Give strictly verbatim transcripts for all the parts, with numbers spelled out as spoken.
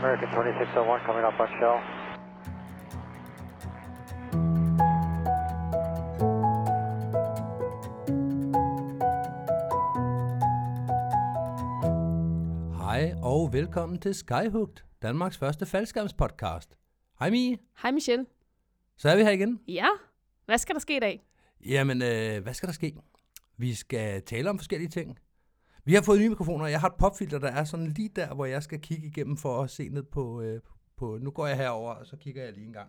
American twenty-six oh one coming up on shell. Hej og velkommen til Skyhooked, Danmarks første faldskærmspodcast. Hej Mie. Hej Michelle. Så er vi her igen. Ja, hvad skal der ske i dag? Jamen, øh, hvad skal der ske? Vi skal tale om forskellige ting. Vi har fået nye mikrofoner. Jeg har et popfilter, der er sådan lige der, hvor jeg skal kigge igennem for at se ned på... Øh, på nu går jeg herover, og så kigger jeg lige en gang.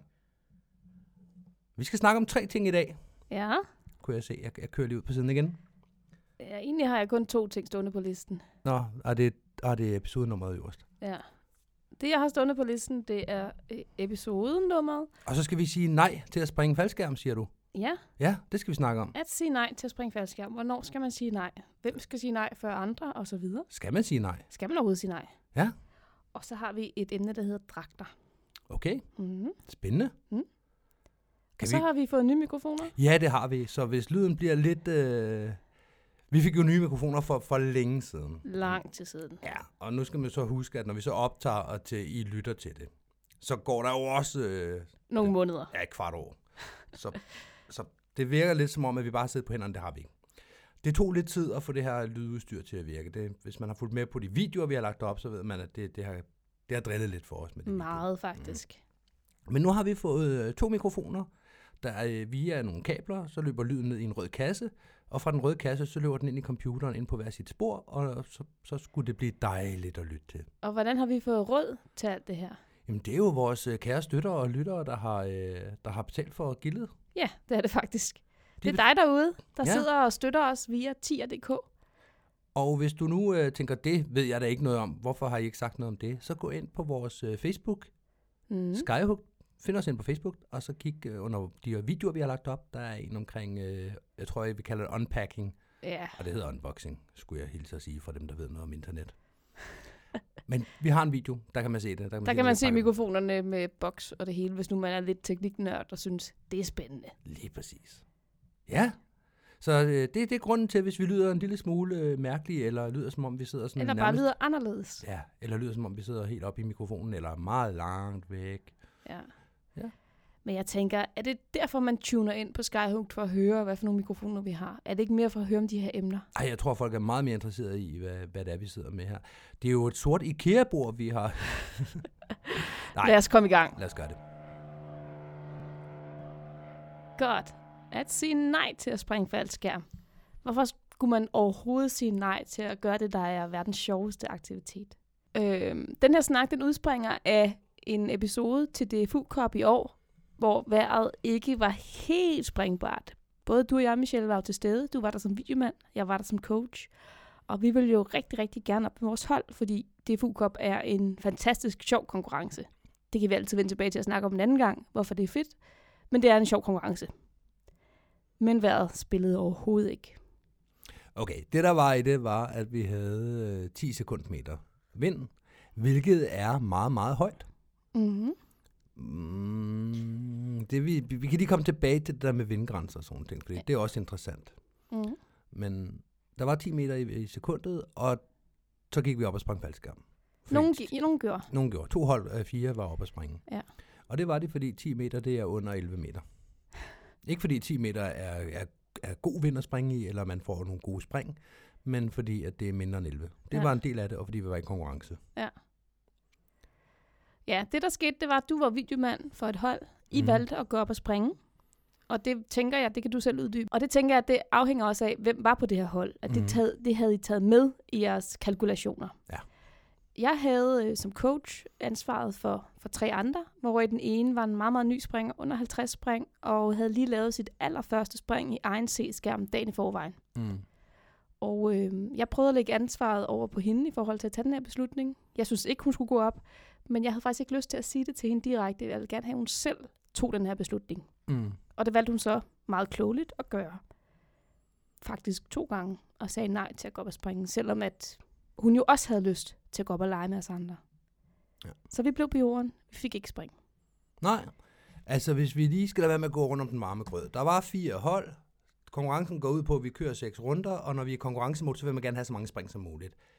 Vi skal snakke om tre ting i dag. Ja. Kunne jeg se. Jeg, jeg kører lige ud på siden igen. Ja, egentlig har jeg kun to ting stående på listen. Nå, er det, er det episodenummeret øverst? Ja. Det, jeg har stående på listen, det er øh, episodenummeret. Og så skal vi sige nej til at springe faldskærm, siger du? Ja. Ja, det skal vi snakke om. At sige nej til at springe faldskærm. Hvornår skal man sige nej? Hvem skal sige nej før andre? Og så videre. Skal man sige nej? Skal man overhovedet sige nej? Ja. Og så har vi et emne, der hedder dragter. Okay, Mm-hmm. spændende. Mm. Kan Og så vi... har vi fået nye mikrofoner. Ja, det har vi. Så hvis lyden bliver lidt... Øh... Vi fik jo nye mikrofoner for, for længe siden. Lang tid siden. Ja, og nu skal man så huske, at når vi så optager, og til I lytter til det, så går der jo også... Øh... Nogle måneder. Ja, et kvart år. Så, så det virker lidt som om, at vi bare sidder på hænderne. Det har vi ikke. Det tog lidt tid at få det her lydudstyr til at virke. Det, hvis man har fulgt med på de videoer, vi har lagt op, så ved man, at det, det, har, det har drillet lidt for os med det. Meget faktisk. Mm. Men nu har vi fået øh, to mikrofoner, der øh, via nogle kabler, så løber lyden ned i en rød kasse, og fra den røde kasse, så løber den ind i computeren ind på hver sit spor, og så, så skulle det blive dejligt at lytte til. Og hvordan har vi fået råd til alt det her? Jamen, det er jo vores øh, kære støttere og lyttere, der har, øh, der har betalt for gildet. Ja, det er det faktisk. Det er De dig derude, der Ja. sidder og støtter os via tier punktum d k. Og hvis du nu øh, tænker, det ved jeg da ikke noget om, hvorfor har I ikke sagt noget om det, så gå ind på vores øh, Facebook, Mm. Skyhooked. Find os ind på Facebook, og så kig øh, under de her videoer, vi har lagt op. Der er en omkring, øh, jeg tror, jeg vil kalde det unpacking, Ja. og det hedder unboxing, skulle jeg hilse at sige, for dem, der ved noget om internet. Men vi har en video, der kan man se det. Der kan man, Der se, kan man det, se pakker. mikrofonerne med boks og det hele, hvis nu man er lidt tekniknørd og synes, det er spændende. Lige præcis. Ja, så øh, det, det er grunden til, hvis vi lyder en lille smule øh, mærkelige, eller lyder som om vi sidder sådan Eller bare nærmest, lyder anderledes. Ja, eller lyder som om vi sidder helt oppe i mikrofonen, eller meget langt væk. Ja. Ja. Men jeg tænker, er det derfor, man tuner ind på Skyhooked for at høre, hvad for nogle mikrofoner vi har? Er det ikke mere for at høre om de her emner? Ej, jeg tror, folk er meget mere interesserede i, hvad, hvad det er, vi sidder med her. Det er jo et sort IKEA-bord, vi har. Nej, Lad os komme i gang. lad os gøre det. Godt. At sige nej til at springe faldskærm. Hvorfor skulle man overhovedet sige nej til at gøre det, der er verdens sjoveste aktivitet? Øhm, den her snak, den udspringer af en episode til D F U Cup i år, hvor vejret ikke var helt springbart. Både du og jeg, Michelle, var jo til stede. Du var der som videomand, jeg var der som coach. Og vi ville jo rigtig, rigtig gerne op med vores hold, fordi D F U Cup er en fantastisk sjov konkurrence. Det kan vi altid vende tilbage til at snakke om en anden gang, hvorfor det er fedt. Men det er en sjov konkurrence. Men vejret spillede overhovedet ikke. Okay, det der var i det, var, at vi havde øh, ti sekundmeter vind, hvilket er meget, meget højt. Mm-hmm. Mm, det vi, vi kan lige komme tilbage til det der med vindgrænser og sådan ting, fordi det er også interessant. Mm. Men der var ti meter i, i sekundet, og så gik vi op og sprang faldskærm. Fordi Nogle, gi- nogen gjorde. Nogen gjorde. To hold af fire var oppe at springe. Ja. Og det var det, fordi ti meter, det er under elleve meter. Ikke fordi ti meter er, er, er god vind at springe i, eller man får nogle gode spring, men fordi at det er mindre end elleve. Det Ja. var en del af det, og fordi vi var i konkurrence. Ja. Ja, det der skete, det var, at du var videomand for et hold. I Mhm. mm. valgte at gå op og springe. Og det tænker jeg, det kan du selv uddybe. Og det tænker jeg, at det afhænger også af, hvem var på det her hold. At Mhm. det, taget, det havde I taget med i jeres kalkulationer. Ja. Jeg havde øh, som coach ansvaret for, for tre andre, hvor den ene var en meget, meget ny springer, under halvtreds spring, og havde lige lavet sit allerførste spring i egen C-skærm dagen i forvejen. Mm. Og øh, jeg prøvede at lægge ansvaret over på hende i forhold til at tage den her beslutning. Jeg synes ikke, hun skulle gå op, men jeg havde faktisk ikke lyst til at sige det til hende direkte. Jeg ville gerne have, at hun selv tog den her beslutning. Mm. Og det valgte hun så meget klogeligt at gøre. Faktisk to gange, og sagde nej til at gå op og springe, selvom at hun jo også havde lyst til at gå op og lege med os andre. Ja. Så vi blev på jorden. Vi fik ikke spring. Nej, altså hvis vi lige skal lade være med at gå rundt om den varme grød. Der var fire hold. Konkurrencen går ud på, at vi kører seks runder, og når vi er i konkurrencemode, så vil man gerne have så mange spring som muligt.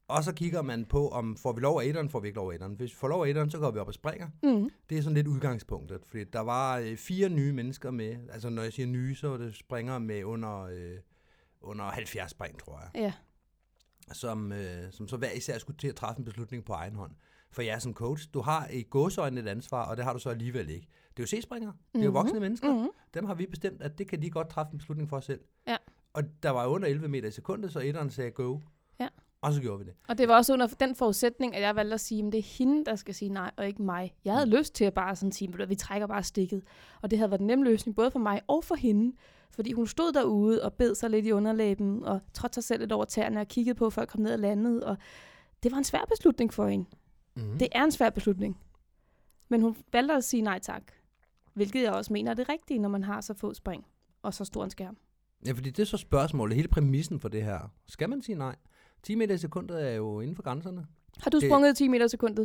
Og så kigger man på, om får vi lov af etteren, får vi ikke lov af etteren. Hvis vi får lov af etteren, så går vi op og springer. Mm. Det er sådan lidt udgangspunktet, fordi der var øh, fire nye mennesker med. Altså når jeg siger nye, så var det springere med under, øh, under halvfjerds spring, tror jeg. Ja. Som, øh, som så hver især skulle til at træffe en beslutning på egen hånd. For jeg som coach, du har i gåseøjne et ansvar, og det har du så alligevel ikke. Det er jo C-springere. Mm-hmm. Det er jo voksne mennesker. Mm-hmm. Dem har vi bestemt, at det kan de godt træffe en beslutning for os selv. Ja. Og der var under elleve meter i sekundet, så etteren sagde go. Ja. Og så gjorde vi det. Og det var også under den forudsætning, at jeg valgte at sige, at det er hende, der skal sige nej, og ikke mig. Jeg havde mm. lyst til at bare sådan sige, at vi trækker bare stikket. Og det havde været en nem løsning, både for mig og for hende. Fordi hun stod derude og bed sig lidt i underlæben, og trådte sig selv lidt over tæerne og kiggede på, før jeg kom ned ad landet. Og det var en svær beslutning for hende. Mm. Det er en svær beslutning. Men hun valgte at sige nej tak. Hvilket jeg også mener er det rigtige, når man har så få spring og så stor en skærm. Ja, fordi det er så spørgsmålet, hele præmissen for det her. Skal man sige nej? ti meter i sekundet er jo inden for grænserne. Har du sprunget det... ti meter i sekundet?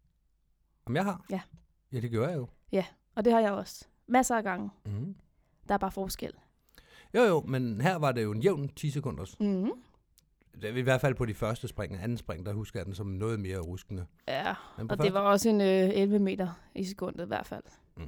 Om jeg har? Ja. Ja, det gør jeg jo. Ja, og det har jeg også. Masser af gange. Mm. Der er bare forskel. Jo jo, men her var det jo en jævn ti sekunders. Mm. Det er i hvert fald på de første spring. Anden spring, der husker jeg den som noget mere ruskende. Ja, og første... det var også en øh, elleve meter i sekundet i hvert fald. Mm.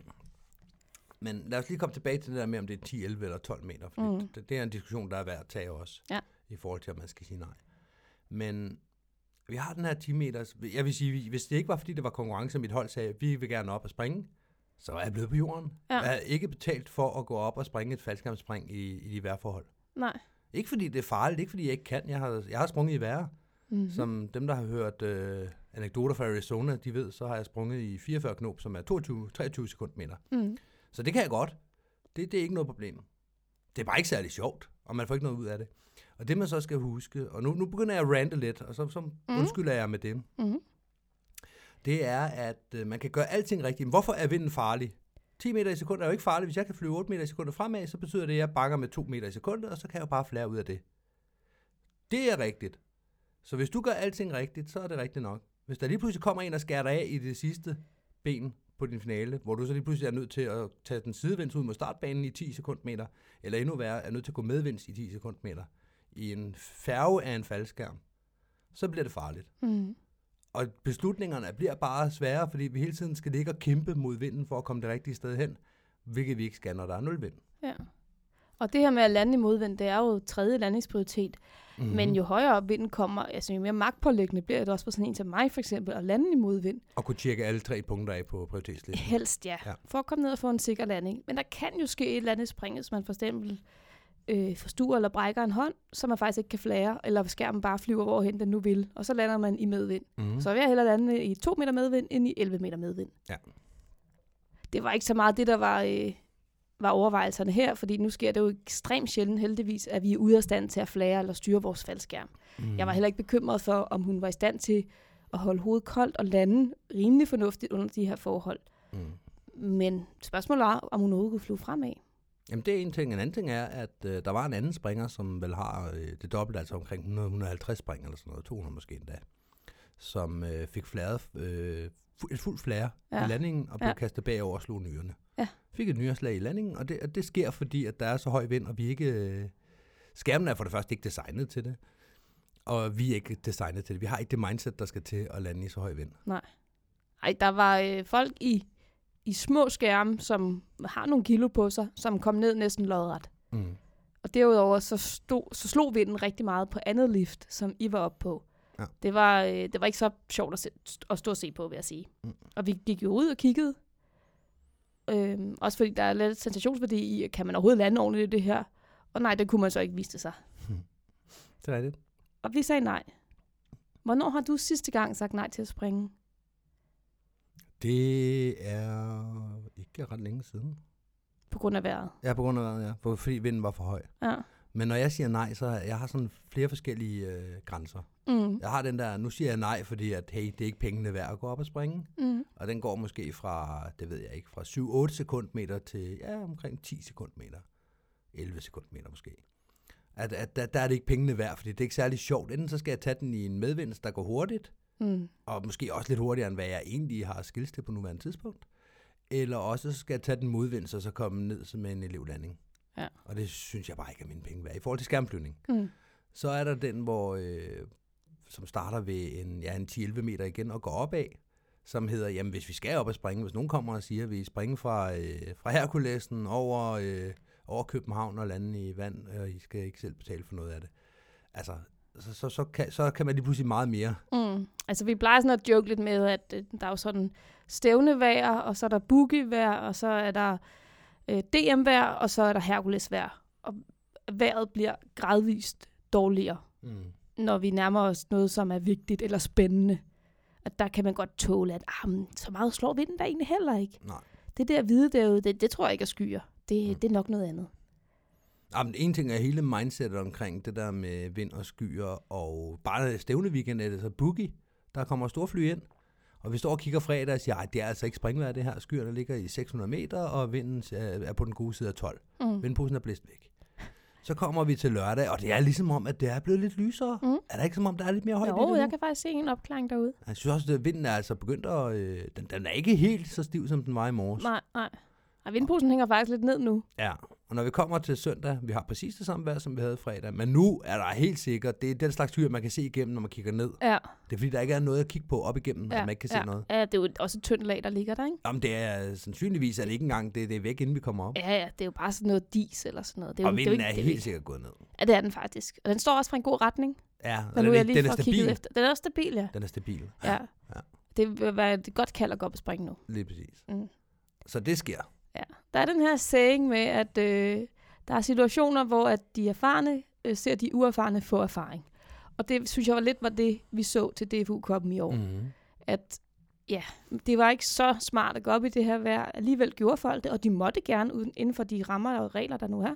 Men lad os lige komme tilbage til det der med, om det er ti, elleve eller tolv meter. For mm. det, det er en diskussion, der er værd at tage også. Ja. I forhold til, at man skal sige nej. Men vi har den her ti meters. Jeg vil sige, hvis det ikke var, fordi det var konkurrence, mit hold sagde, vi vil gerne op og springe, så er jeg blevet på jorden. Ja. Jeg er ikke betalt for at gå op og springe et faldskærmsspring i, i de vejrforhold. Nej. Ikke fordi det er farligt, ikke fordi jeg ikke kan. Jeg har, jeg har sprunget i vejr. Mm-hmm. Som dem, der har hørt øh, anekdoter fra Arizona, de ved, så har jeg sprunget i fireogfyrre knop, som er toogtyve til treogtyve sekundmeter. Mm. Så det kan jeg godt. Det, det er ikke noget problem. Det er bare ikke særlig sjovt, og man får ikke noget ud af det. Og det, man så skal huske, og nu, nu begynder jeg at rante lidt, og så, så mm. undskylder jeg med det, mm. det er, at øh, man kan gøre alting rigtigt. Men hvorfor er vinden farlig? ti meter i sekundet er jo ikke farligt. Hvis jeg kan flyve otte meter i sekundet fremad, så betyder det, at jeg bakker med to meter i sekundet, og så kan jeg jo bare flære ud af det. Det er rigtigt. Så hvis du gør alting rigtigt, så er det rigtigt nok. Hvis der lige pludselig kommer en og skærer dig af i det sidste ben på din finale, hvor du så lige pludselig er nødt til at tage den sidevinds ud mod startbanen i ti sekundmeter, eller endnu værre, er nødt til at gå medvinds i ti sekundmeter, i en færge af en faldskærm, så bliver det farligt. Mm. Og beslutningerne bliver bare sværere, fordi vi hele tiden skal ligge og kæmpe mod vinden for at komme det rigtige sted hen, hvilket vi ikke skal, når der er nul vind. Ja. Og det her med at lande i modvind, det er jo tredje landingsprioritet. Mm-hmm. Men jo højere op vinden kommer, altså jo mere magtpålæggende bliver det også for sådan en til mig for eksempel, at lande i modvind. Og kunne tjekke alle tre punkter af på prioritetslisten. Helst, ja. ja. For at komme ned og få en sikker landing. Men der kan jo ske et eller andet spring, hvis man for eksempel øh, forstuer eller brækker en hånd, så man faktisk ikke kan flære, eller skærmen bare flyver hvorhen den nu vil. Og så lander man i medvind. Mm-hmm. Så vil jeg hellere lande i to meter medvind, end i elleve meter medvind. Ja. Det var ikke så meget det, der var... Øh, var overvejelserne her, fordi nu sker det jo ekstremt sjældent heldigvis, at vi er ude af stand til at flære eller styre vores faldskærm. Mm. Jeg var heller ikke bekymret for, om hun var i stand til at holde hovedet koldt og lande rimelig fornuftigt under de her forhold. Mm. Men spørgsmålet er, om hun overhovedet kunne flyve fremad. Jamen det er en ting. En anden ting er, at øh, der var en anden springer, som vel har øh, det dobbelte, altså omkring hundrede til hundrede og halvtreds spring eller sådan noget, to hundrede måske endda, som øh, fik flæret, øh, et fuldt flære ja. i landingen og blev ja. kastet bagover og slog nyrerne. Ja. Fik et nyreslag i landingen, og det, og det sker, fordi at der er så høj vind, og vi ikke... Øh, skærmen er for det første ikke designet til det, og vi er ikke designet til det. Vi har ikke det mindset, der skal til at lande i så høj vind. Nej. Ej, der var øh, folk i, i små skærme, som har nogle kilo på sig, som kom ned næsten lodret. Mm. Og derudover så, stod, så slog vinden rigtig meget på andet lift, som I var oppe på. Ja. Det, var, øh, det var ikke så sjovt at, se, at stå og se på, vil jeg sige. Mm. Og vi gik jo ud og kiggede. Øhm, også fordi der er lidt sensationsværdi i, kan man overhovedet lande ordentligt i det her? Og nej, det kunne man så ikke vise sig. Det er det. Og vi sagde nej. Hvornår har du sidste gang sagt nej til at springe? Det er ikke ret længe siden. På grund af vejret? Ja, på grund af vejret, ja. For, fordi vinden var for høj. Ja. Men når jeg siger nej, så jeg har sådan flere forskellige øh, grænser. Mm. Jeg har den der, nu siger jeg nej, fordi at, hey, det er ikke pengene værd at gå op og springe. Mm. Og den går måske fra, det ved jeg ikke, fra syv otte sekundmeter til ja, omkring ti sekundmeter. elleve sekundmeter måske. At, at der, der er det ikke pengene værd, fordi det er ikke særlig sjovt. Enten så skal jeg tage den i en medvind, der går hurtigt, mm. og måske også lidt hurtigere, end hvad jeg egentlig har skills til på nuværende tidspunkt. Eller også skal jeg tage den modvind, og så komme ned med en elevlanding. Ja. Og det synes jeg bare ikke er mine penge værd. I forhold til skærmflyvning, mm. så er der den, hvor, øh, som starter ved en, ja, en ti til elleve meter igen og går opad, som hedder, jamen hvis vi skal op og springe, hvis nogen kommer og siger, at vi springer fra, øh, fra Herkulesen over, øh, over København og lande i vand, og I skal ikke selv betale for noget af det. Altså, så, så, så, kan, så kan man lige pludselig meget mere. Mm. Altså, vi plejer sådan at joke lidt med, at øh, der er jo sådan stævnevejr, og så er der boogievejr, og så er der øh, D M-vejr, og så er der Herkulesvejr. Og vejret bliver gradvist dårligere, mm. når vi nærmer os noget, som er vigtigt eller spændende. At der kan man godt tåle, at ah, så meget slår vinden der egentlig heller ikke. Nej. Det der hvide derude, det, det tror jeg ikke er skyer. Det, Mm. det er nok noget andet. Jamen, en ting er hele mindsetet omkring det der med vind og skyer, og bare stævneweekend er det så boogie. Der kommer store fly ind, og vi står og kigger fredag og siger, at det er altså ikke springvejr det her. Skyerne ligger i seks hundrede meter, og vinden er på den gode side af tolv. Mm. Vindposen er blæst væk. Så kommer vi til lørdag, og det er ligesom om, at det er blevet lidt lysere. Mm. Er der ikke som om, der er lidt mere højt? Jo, jeg kan faktisk se en opklaring derude. Jeg synes også, at vinden er altså begyndt at... Øh, den, den er ikke helt så stiv, som den var i morges. Nej, nej. Og vindposen hænger faktisk lidt ned nu. Ja, og når vi kommer til søndag, vi har præcis det samme vejr, som vi havde fredag, men nu er der helt sikkert, det er den slags skyer, man kan se igennem, når man kigger ned. Ja. Det er fordi, der ikke er noget at kigge på op igennem, ja. at man ikke kan ja. se noget. Ja, det er jo også et tyndt lag, der ligger der, ikke? Jamen, det er sandsynligvis, at det ikke engang det, det er væk, inden vi kommer op. Ja, ja, det er jo bare sådan noget dis eller sådan noget. Det er og jo, vinden det er, er, ikke, er helt sikkert gået ned. Ja, det er den faktisk. Og den står også fra en god retning. Ja, og nu er jeg lige den er for stabil. Efter. Den er også stabil, ja. Den er stabil. Ja. ja. Det vil være et godt kald at gå op og springe nu. Lige præcis. Mm. Så det sker. Ja. Der er den her saying med, at øh, der er situationer, hvor at de erfarne øh, ser de uerfarne få erfaring. Og det synes jeg var lidt var det, vi så til D F U-koppen i år. Mm. At ja, det var ikke så smart at gå op i det her vejr. Alligevel gjorde folk det, og de måtte gerne uden, inden for de rammer og regler, der nu er.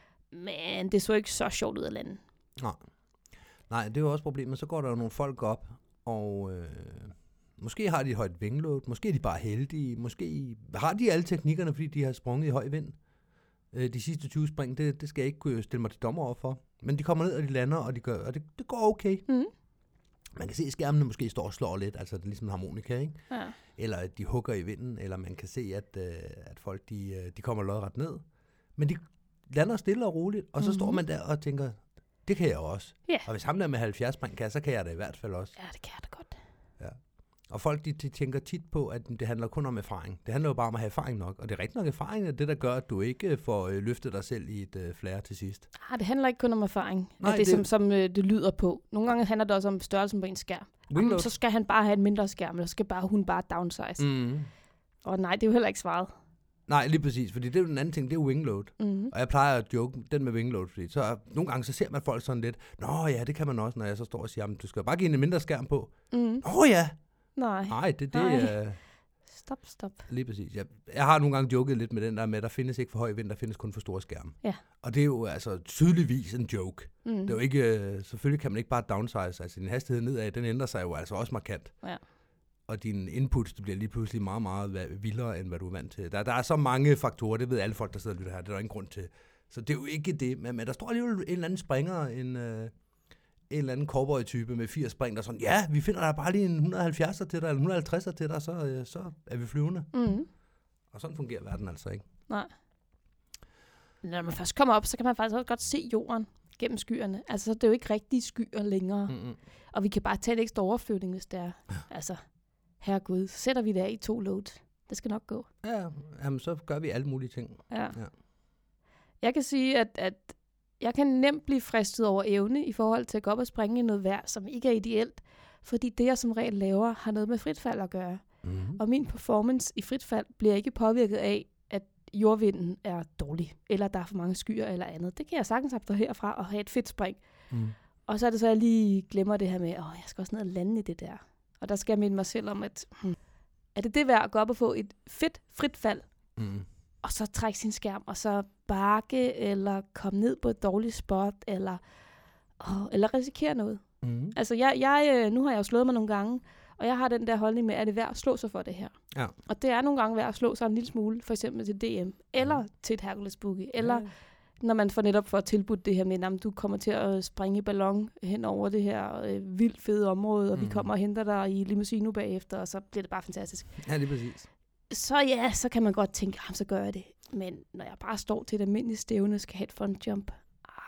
Men det så ikke så sjovt ud af landet. Nej. Nej, det er jo også problemet. Så går der jo nogle folk op, og... Øh måske har de et højt wingload, måske er de bare heldige, måske har de alle teknikkerne, fordi de har sprunget i høj vind. De sidste tyve spring, det, det skal jeg ikke kunne stille mig til dommer over for. Men de kommer ned, og de lander, og, de gør, og det, det går okay. Mm. Man kan se, at skærmene måske står og slår lidt, altså det er ligesom en harmonika, ikke? Ja. Eller at de hugger i vinden, eller man kan se, at, at folk de, de kommer lodret ned. Men de lander stille og roligt, og så mm. står man der og tænker, det kan jeg også. Yeah. Og hvis ham der med halvfjerds spring kan, så kan jeg det i hvert fald også. Ja, det kan jeg da godt. Ja. Og folk, de, de tænker tit på, at det handler kun om erfaring. Det handler jo bare om at have erfaring nok. Og det er rigtig nok erfaring, er det, der gør, at du ikke får øh, løftet dig selv i et øh, flere til sidst. Ah, det handler ikke kun om erfaring. Nej, det, det, som, som øh, det lyder på. Nogle gange handler det også om størrelsen på en skærm. Jamen, så skal han bare have en mindre skærm, eller så skal bare, hun bare downsize. Mm. Og nej, det er jo heller ikke svaret. Nej, lige præcis, fordi det er jo den anden ting, det er wingload. Mm-hmm. Og jeg plejer at joke den med wingload, fordi så nogle gange så ser man folk sådan lidt, nå ja, det kan man også, når jeg så står og siger, jamen, du skal bare give en mindre skærm på. Mm. Nå ja! Nej. Nej, det, det er... Uh... Stop, stop. Lige præcis. Jeg, jeg har nogle gange joket lidt med den der med, at der findes ikke for høj vind, der findes kun for store skærme. Ja. Og det er jo altså tydeligvis en joke. Mm. Det er jo ikke... Selvfølgelig kan man ikke bare downsize. Altså din hastighed nedad, den ændrer sig jo altså også markant. Ja. Og din input, det bliver lige pludselig meget, meget vildere, end hvad du er vant til. Der, der er så mange faktorer, det ved alle folk, der sidder og lytter her. Det er der ingen grund til. Så det er jo ikke det. Men, men der står alligevel en eller anden springer, en... Øh, en eller anden cowboy-type med firs spring, der sådan, ja, vi finder der bare lige en et hundrede og halvfjerdser til dig, eller et hundrede og halvtredser til dig, så, så er vi flyvende. Mm. Og sådan fungerer verden altså ikke. Nej. Når man først kommer op, så kan man faktisk også godt se jorden gennem skyerne. Altså, det er jo ikke rigtige skyer længere. Mm-hmm. Og vi kan bare tage en ekstra overflyvning, hvis det er. Altså, herregud, så sætter vi det af i to load. Det skal nok gå. Ja, jamen, så gør vi alle mulige ting. Ja. ja. Jeg kan sige, at, at jeg kan nemt blive fristet over evne i forhold til at gå op og springe i noget vejr, som ikke er ideelt, fordi det, jeg som regel laver, har noget med fritfald at gøre. Mm-hmm. Og min performance i fritfald bliver ikke påvirket af, at jordvinden er dårlig, eller der er for mange skyer eller andet. Det kan jeg sagtens abstrahere fra og have et fedt spring. Mm. Og så er det så, at jeg lige glemmer det her med, åh, jeg skal også ned og lande i det der. Og der skal jeg minde mig selv om, at hmm, er det det værd at gå op og få et fedt fritfald, mm. og så trække sin skærm, og så bakke, eller komme ned på et dårligt spot, eller, åh, eller risikere noget. Mm. Altså, jeg, jeg, nu har jeg jo slået mig nogle gange, og jeg har den der holdning med, at det er værd at slå sig for det her. Ja. Og det er nogle gange værd at slå sig en lille smule, for eksempel til D M, eller mm. til et Hercules Boogie, eller ja. Når man får netop får tilbudt det her med, at du kommer til at springe i ballon hen over det her øh, vildt fede område, og mm. vi kommer og henter dig i limousine bagefter, og så bliver det bare fantastisk. Ja, det er præcis. Så ja, så kan man godt tænke, så gør jeg det. Men når jeg bare står til et almindeligt stævne, skal have et front jump, ah,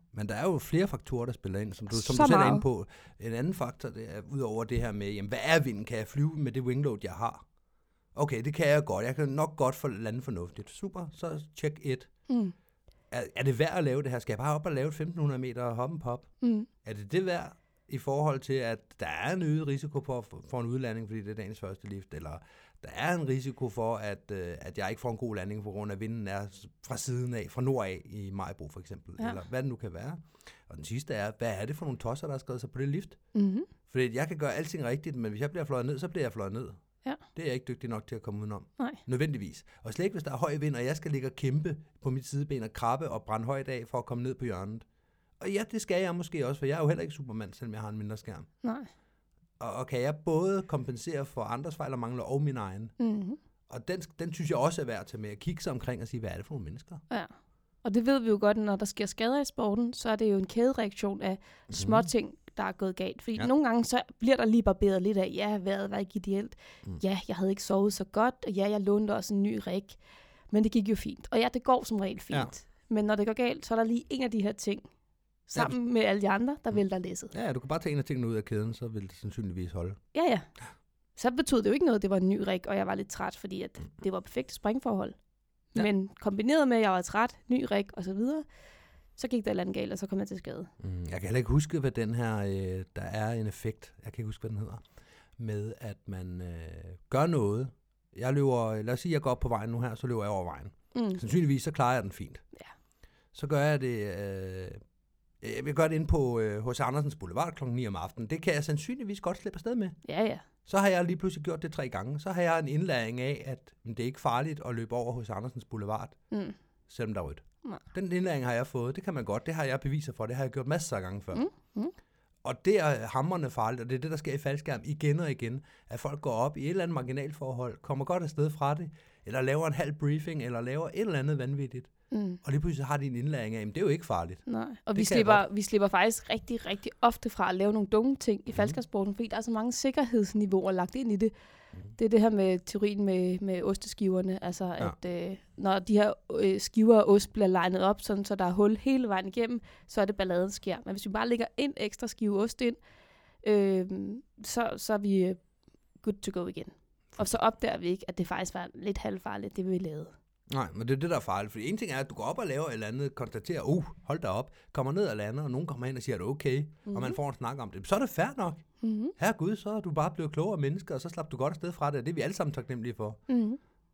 Men der er jo flere faktorer, der spiller ind, som du, som Så du selv er meget. inde på. En anden faktor, det er udover det her med, jamen, hvad er vinden? Kan jeg flyve med det wingload, jeg har? Okay, det kan jeg godt. Jeg kan nok godt for lande fornuftigt. Super, så check et. Mm. Er, er det værd at lave det her? Skal jeg bare op og lave et femten hundrede meter hop and pop? Mm. Er det det værd i forhold til, at der er en øget risiko for, for en udlanding, fordi det er dagens første lift, eller der er en risiko for, at, øh, at jeg ikke får en god landing, på grund af, at vinden er fra siden af, fra nord af i Majbro for eksempel, Ja. eller hvad det nu kan være. Og den sidste er, hvad er det for nogle tosser, der har skrevet sig på det lift? Mm-hmm. Fordi jeg kan gøre alting rigtigt, men hvis jeg bliver fløjet ned, så bliver jeg fløjet ned. Ja. Det er jeg ikke dygtig nok til at komme udenom. Nej. Nødvendigvis. Og slet ikke, hvis der er høj vind, og jeg skal ligge og kæmpe på mit sideben og krabbe og brænde højt af for at komme ned på hjørnet. Og ja, det skal jeg måske også, for jeg er jo heller ikke Superman, selvom jeg har en mindre skærm. Nej. Og, og kan jeg både kompensere for andres fejl og mangler og min egen. Mm-hmm. Og den, den synes jeg også er værd at tage med at kigge sig omkring og sige, hvad er det for nogle mennesker? Ja. Og det ved vi jo godt, når der sker skader i sporten, så er det jo en kædereaktion af små ting, der er gået galt. Fordi Ja. ja. nogle gange, så bliver der lige barberet lidt af, ja, vejret var ikke ideelt. Mm. Mm. Ja, jeg havde ikke sovet så godt, og ja, jeg lånte også en ny rig. Men det gik jo fint. Og ja, det går som regel fint. Ja. Men når det går galt, så er der lige en af de her ting, sammen ja, med alle de andre, der Mm. vælter læsset. Ja, du kan bare tage en af tingene ud af kæden, så vil det sandsynligvis holde. Ja, ja. Så betød det jo ikke noget, det var en ny rig, og jeg var lidt træt, fordi at det var perfekte springforhold. Ja. Ja. Men kombineret med, at jeg var træt, ny rig og så videre, så gik der et eller andet galt, og så kom jeg til skade. Mm, jeg kan heller ikke huske, hvad den her, øh, der er en effekt, jeg kan ikke huske, hvad den hedder, med at man øh, gør noget. Jeg løber, lad os sige, jeg går op på vejen nu her, så løber jeg over vejen. Mm. Sandsynligvis, så klarer jeg den fint. Ja. Så gør jeg det, øh, jeg vil gøre det inde på øh, H C Andersens Boulevard klokken ni om aftenen. Det kan jeg sandsynligvis godt slippe afsted med. Ja, ja. Så har jeg lige pludselig gjort det tre gange. Så har jeg en indlæring af, at men det er ikke farligt at løbe over H C Andersens Boulevard, Mm. selvom der er rødt. Nej. Den indlæring har jeg fået. Det kan man godt. Det har jeg beviser for. Det har jeg gjort masser af gange før. Mm. Mm. Og det er hamrende farligt, og det er det, der sker i faldskærm igen og igen, at folk går op i et eller andet marginalforhold, kommer godt afsted fra det, eller laver en halv briefing, eller laver et eller andet vanvittigt. Mm. Og lige pludselig har de en indlæring af, at det er jo ikke farligt. Nej. Og Det vi kan jeg slipper, vi slipper faktisk rigtig, rigtig ofte fra at lave nogle dumme ting i Mhm. faldskærmssporten, fordi der er så mange sikkerhedsniveauer lagt ind i det. Mhm. Det er det her med teorien med, med osteskiverne, altså Ja. at øh, når de her øh, skiver af ost bliver legnet op, sådan, så der er hul hele vejen igennem, så er det balladen sker. Men hvis vi bare lægger en ekstra skive ost ind, øh, så, så er vi øh, good to go igen. Og så opdager vi ikke, at det faktisk var lidt halvfarligt, det vi lavede. Nej, men det er det, der er farligt. Fordi en ting er, at du går op og laver et eller andet, konstaterer, uh, hold da op, kommer ned og lander, og nogen kommer hen og siger, at det er okay, mm-hmm. og man får en snak om det. Så er det fair nok. Mm-hmm. Herregud, så er du bare blevet klogere mennesker, og så slap du godt afsted fra det, og det er vi alle sammen taknemmelige for. Mm-hmm.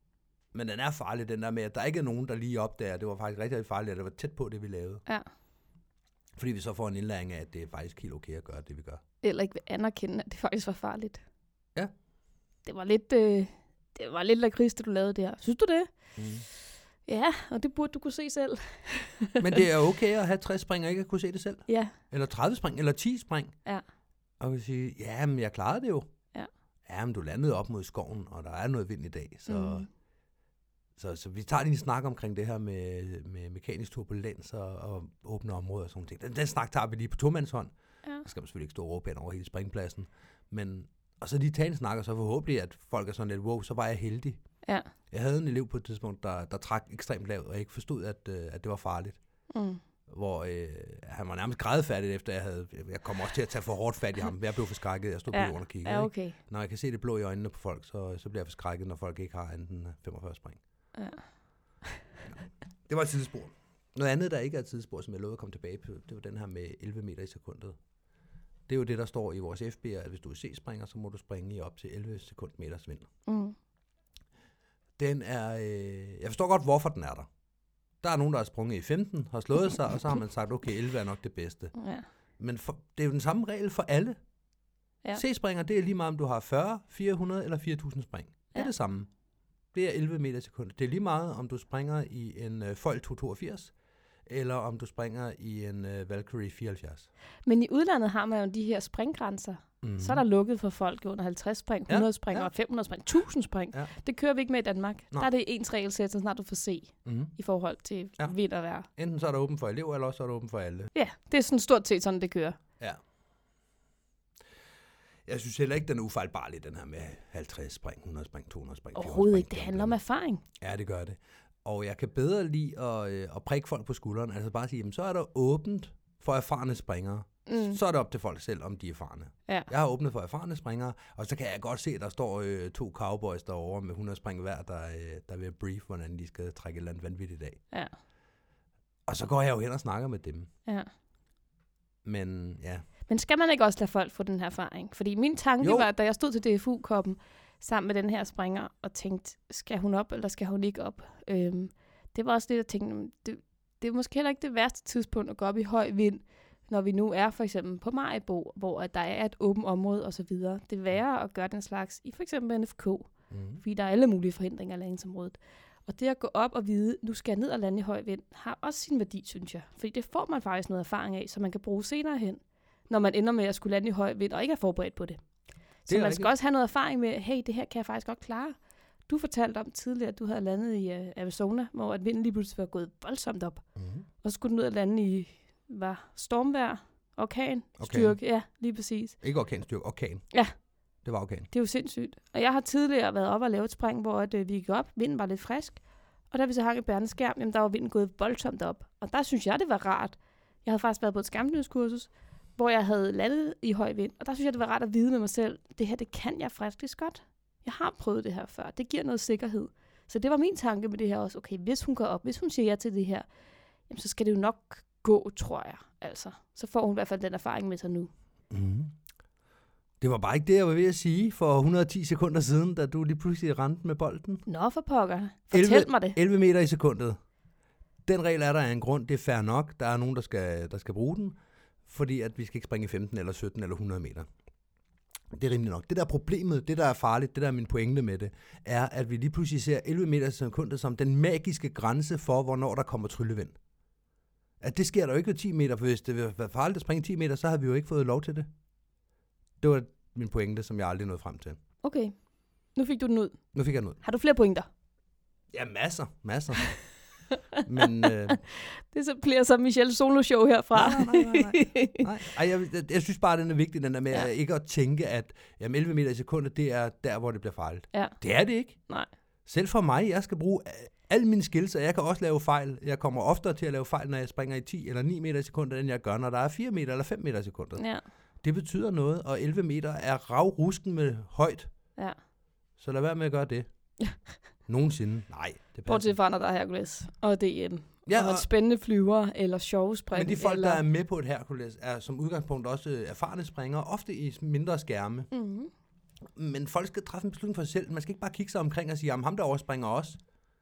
Men den er farlig, den der med, at der ikke er nogen, der lige opdager, at det var faktisk rigtig, rigtig farligt, at det var tæt på det, vi lavede. Ja. Fordi vi så får en indlæring af, at det er faktisk helt okay at gøre det, vi gør. Eller ikke vil anerkende, at det faktisk var farligt. Ja. Det var lidt, øh, det var lidt lakrids, det du lavede der. Synes du det? Mm. Ja, og det burde du kunne se selv. Men det er okay at have tres spring og ikke at kunne se det selv. Ja, Eller tredive spring, eller ti spring. Ja. Og vi sige, ja, men jeg klarede det jo. Ja. Ja, men du landede op mod skoven, og der er noget vind i dag. Så, Mm. så, så vi tager lige en snak omkring det her med, med mekanisk turbulens og, og åbne områder og sådan ting. Den, den snak tager vi lige på tomandshånd. ja. Der skal man selvfølgelig ikke stå og råbe hen over hele springpladsen. Men, og så lige tage en snak, og så forhåbentlig, at folk er sådan lidt, wow, så var jeg heldig. Ja. Jeg havde en elev på et tidspunkt, der, der trak ekstremt lavt, og ikke forstod, at, øh, at det var farligt. Mm. Hvor øh, han var nærmest grædefærdig efter, jeg havde... Jeg kom også til at tage for hårdt fat i ham. Jeg blev forskrækket. Jeg stod på Ja. jorden og kiggede. Ja, Ikke? okay. Når jeg kan se det blå i øjnene på folk, så, så bliver jeg forskrækket, når folk ikke har enten femogfyrre spring. Ja. Det var et tidsspor. Noget andet, der ikke er et tidsspor, som jeg lovede at komme tilbage på, det var den her med elleve meter i sekundet. Det er jo det, der står i vores F B'er, at hvis du er C-springer, så må du springe i op til elleve sekundmeters vind. Mm. Den er... Øh, jeg forstår godt, hvorfor den er der. Der er nogen, der har sprunget i femten, har slået sig, og så har man sagt, okay, elleve er nok det bedste. Ja. Men for, det er jo den samme regel for alle. Ja. C-springer, det er lige meget, om du har fyrre, fire hundrede eller fire tusind spring. Det er Ja. det samme. Det er elleve meter i sekundet. Det er lige meget, om du springer i en uh, Foil to toogfirs, eller om du springer i en uh, Valkyrie fireoghalvfjerds. Men i udlandet har man jo de her springgrænser. Mm-hmm. Så er der lukket for folk under halvtreds spring, hundrede Ja, spring ja. og fem hundrede spring, tusind spring. Ja. Det kører vi ikke med i Danmark. Nej. Der er det ens regelsæt, så snart du får se Mm-hmm. i forhold til Ja. ja. vind og vejr. Enten så er der åben for elever, eller også er der åben for alle. Ja, det er sådan stort set sådan, det kører. Ja. Jeg synes heller ikke, den er ufejlbarlig, den her med halvtreds spring, hundrede spring, to hundrede spring, fire hundrede Overhovedet spring. ikke. Det handler om erfaring. Ja, det gør det. Og jeg kan bedre lide at, øh, at prikke folk på skulderen. Altså bare sige, jamen, så er der åbent for erfarne springere. Mm. Så er det op til folk selv, om de er erfarne. Ja. Jeg har åbnet for erfarne springere, og så kan jeg godt se, at der står øh, to cowboys derovre med hundrede spring hver, der, øh, der vil brief, hvordan de skal trække et eller andet vanvittigt af. Ja. Og så går jeg jo hen og snakker med dem. Ja. Men ja. Men skal man ikke også lade folk få den her erfaring? Fordi min tanke Jo. var, da jeg stod til D F U-koppen sammen med den her springer, og tænkte, skal hun op, eller skal hun ikke op? Øhm, det var også det, jeg tænkte, det, det er måske heller ikke det værste tidspunkt at gå op i høj vind, når vi nu er for eksempel på Maribo, hvor at der er et åbent område osv. Det er værre at gøre den slags i for eksempel N F K, Mm. fordi der er alle mulige forhindringer i landingsområdet. Og det at gå op og vide, nu skal jeg ned og lande i høj vind, har også sin værdi, synes jeg. Fordi det får man faktisk noget erfaring af, så man kan bruge senere hen, når man ender med at skulle lande i høj vind, og ikke er forberedt på det. Så man rigtigt. skal også have noget erfaring med, hey, det her kan jeg faktisk godt klare. Du fortalte om tidligere, at du havde landet i uh, Arizona, hvor at vinden lige pludselig var gået voldsomt op. Mm. Og så skulle du ned og lande i, var stormvejr, orkan, Orkan. styrke, ja, lige præcis. Ikke orkanstyrke, orkan. Ja. Det var orkan. Det er jo sindssygt. Og jeg har tidligere været op og lavet et spring, hvor at, øh, vi gik op, vinden var lidt frisk, og da vi så hang i bærende jamen der var vinden gået voldsomt op. Og der synes jeg, det var rart. Jeg havde faktisk været på et skærmflyvningskursus, hvor jeg havde landet i høj vind, og der synes jeg, det var rart at vide med mig selv, det her, det kan jeg faktisk godt. Jeg har prøvet det her før. Det giver noget sikkerhed. Så det var min tanke med det her også. Okay, hvis hun går op, hvis hun siger ja til det her, jamen så skal det jo nok gå, tror jeg. Altså, så får hun i hvert fald den erfaring med sig nu. Mm. Det var bare ikke det, jeg var ved at sige for et hundrede og ti sekunder siden, da du lige pludselig rendte med bolden. Nå for pokker. Fortæl elleve mig det. elleve meter i sekundet. Den regel er der af en grund. Det er fair nok. Der er nogen, der skal, der skal bruge den, fordi at vi skal ikke springe femten eller sytten eller hundrede meter. Det er rimelig nok. Det der er problemet, det der er farligt, det der er min pointe med det, er, at vi lige pludselig ser elleve meter i sekundet som den magiske grænse for, hvornår der kommer tryllevind. At det sker der jo ikke ved ti meter, for hvis det ville være farligt at springe ti meter, så har vi jo ikke fået lov til det. Det var min pointe, som jeg aldrig nåede frem til. Okay, nu fik du den ud. Nu fik jeg den ud. Har du flere pointer? Ja, masser, masser. Men øh, Det så bliver så Michelle solo-show herfra. Nej, nej, nej, nej. nej. Ej, jeg, jeg, jeg synes bare, den er vigtig, den der med Ja. ja. ikke at tænke, at jamen, elleve meter i sekundet, det er der, hvor det bliver farligt. Ja. Det er det ikke. Nej. Selv for mig, jeg skal bruge alle mine skills, og jeg kan også lave fejl. Jeg kommer oftere til at lave fejl, når jeg springer i ti eller ni meter i sekundet, end jeg gør, når der er fire meter eller fem meter i sekundet. Ja. Det betyder noget, og elleve meter er ravrusken med højt. Ja. Så lad være med at gøre det. Nogensinde. Nej, det passer. Bortset fra, når der er Hercules og D M. Ja, og en og- spændende flyver eller sjove spring. Men de folk, eller... der er med på et Hercules, er som udgangspunkt også øh, erfarne springere, ofte i mindre skærme. Mm-hmm. Men folk skal træffe en beslutning for sig selv. Man skal ikke bare kigge sig omkring og sige, jamen ham derovre springer også.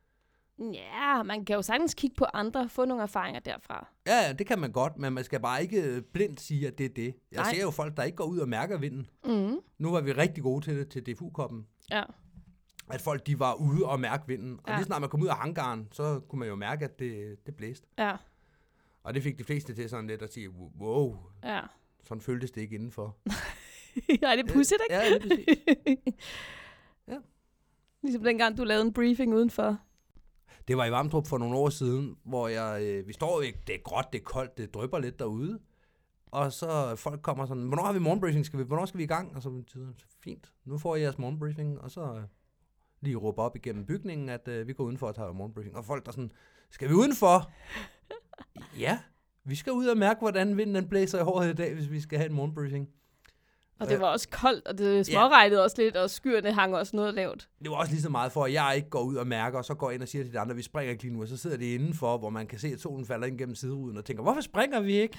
Ja, man kan jo sagtens kigge på andre, få nogle erfaringer derfra. Ja, det kan man godt, men man skal bare ikke øh, blindt sige, at det er det. Jeg Nej. ser jo folk, der ikke går ud og mærker vinden. Mm. Nu var vi rigtig gode til det til D F U-koppen. Ja. At folk, de var ude og mærke vinden. Og Ja. lige snart man kom ud af hangaren, så kunne man jo mærke, at det, det blæste. Ja. Og det fik de fleste til sådan lidt at sige, wow, Ja. sådan føltes det ikke indenfor. Nej, det er pudsigt, ikke? Ja, det er præcis. Ja. Ligesom dengang, du lavede en briefing udenfor. Det var i Vamdrup for nogle år siden, hvor jeg, øh, vi står ikke, det er gråt, det er koldt, det drypper lidt derude. Og så folk kommer sådan, hvornår har vi morgenbriefing, skal vi, hvornår skal vi i gang? Og så betyder det, fint, nu får I jeres morgenbriefing, og så øh, lige råbe op igennem bygningen, at øh, vi går udenfor og tager morgenbriefing. Og folk der sådan, skal vi udenfor? Ja, vi skal ud og mærke, hvordan vinden den blæser i håret i dag, hvis vi skal have en morgenbriefing. Og det var også koldt, og det småregnede også lidt, og skyerne hang også noget lavt. Det var også lige så meget for, at jeg ikke går ud og mærker, og så går ind og siger til de andre, at vi springer ikke lige nu, og så sidder de indenfor, hvor man kan se, at solen falder ind gennem sideruden, og tænker, hvorfor springer vi ikke?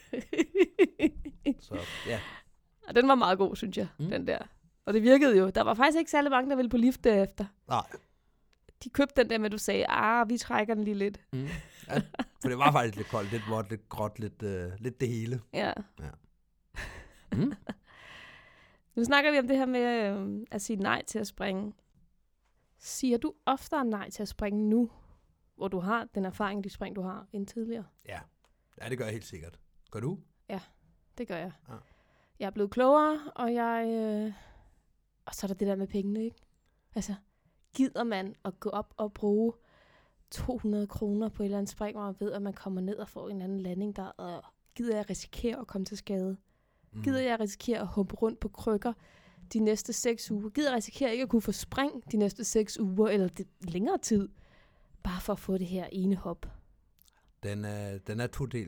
Så ja. Og den var meget god, synes jeg, Mm. mm. den der. Og det virkede jo. Der var faktisk ikke særlig mange, der ville på lift derefter. Nej. De købte den der med, at du sagde, ah, vi trækker den lige lidt. Mm. Ja, for det var faktisk lidt koldt, lidt vådt, lidt gråt, lidt, øh, lidt det hele. Ja. Ja. Mm. Nu snakker vi om det her med øh, at sige nej til at springe. Siger du oftere nej til at springe nu, hvor du har den erfaring, de spring, du har, end tidligere? Ja. Ja, det gør jeg helt sikkert. Gør du? Det gør jeg. Ja. Jeg er blevet klogere, og jeg... Øh... Og så er der det der med pengene, ikke? Altså, gider man at gå op og bruge to hundrede kroner på et eller andet spring, hvor man ved, at man kommer ned og får en eller anden landing, der og gider jeg risikere at komme til skade? Mm. Gider jeg risikere at humpe rundt på krykker de næste seks uger? Gider jeg risikere ikke at kunne få spring de næste seks uger, eller det længere tid, bare for at få det her ene hop? Den er, den er todelt.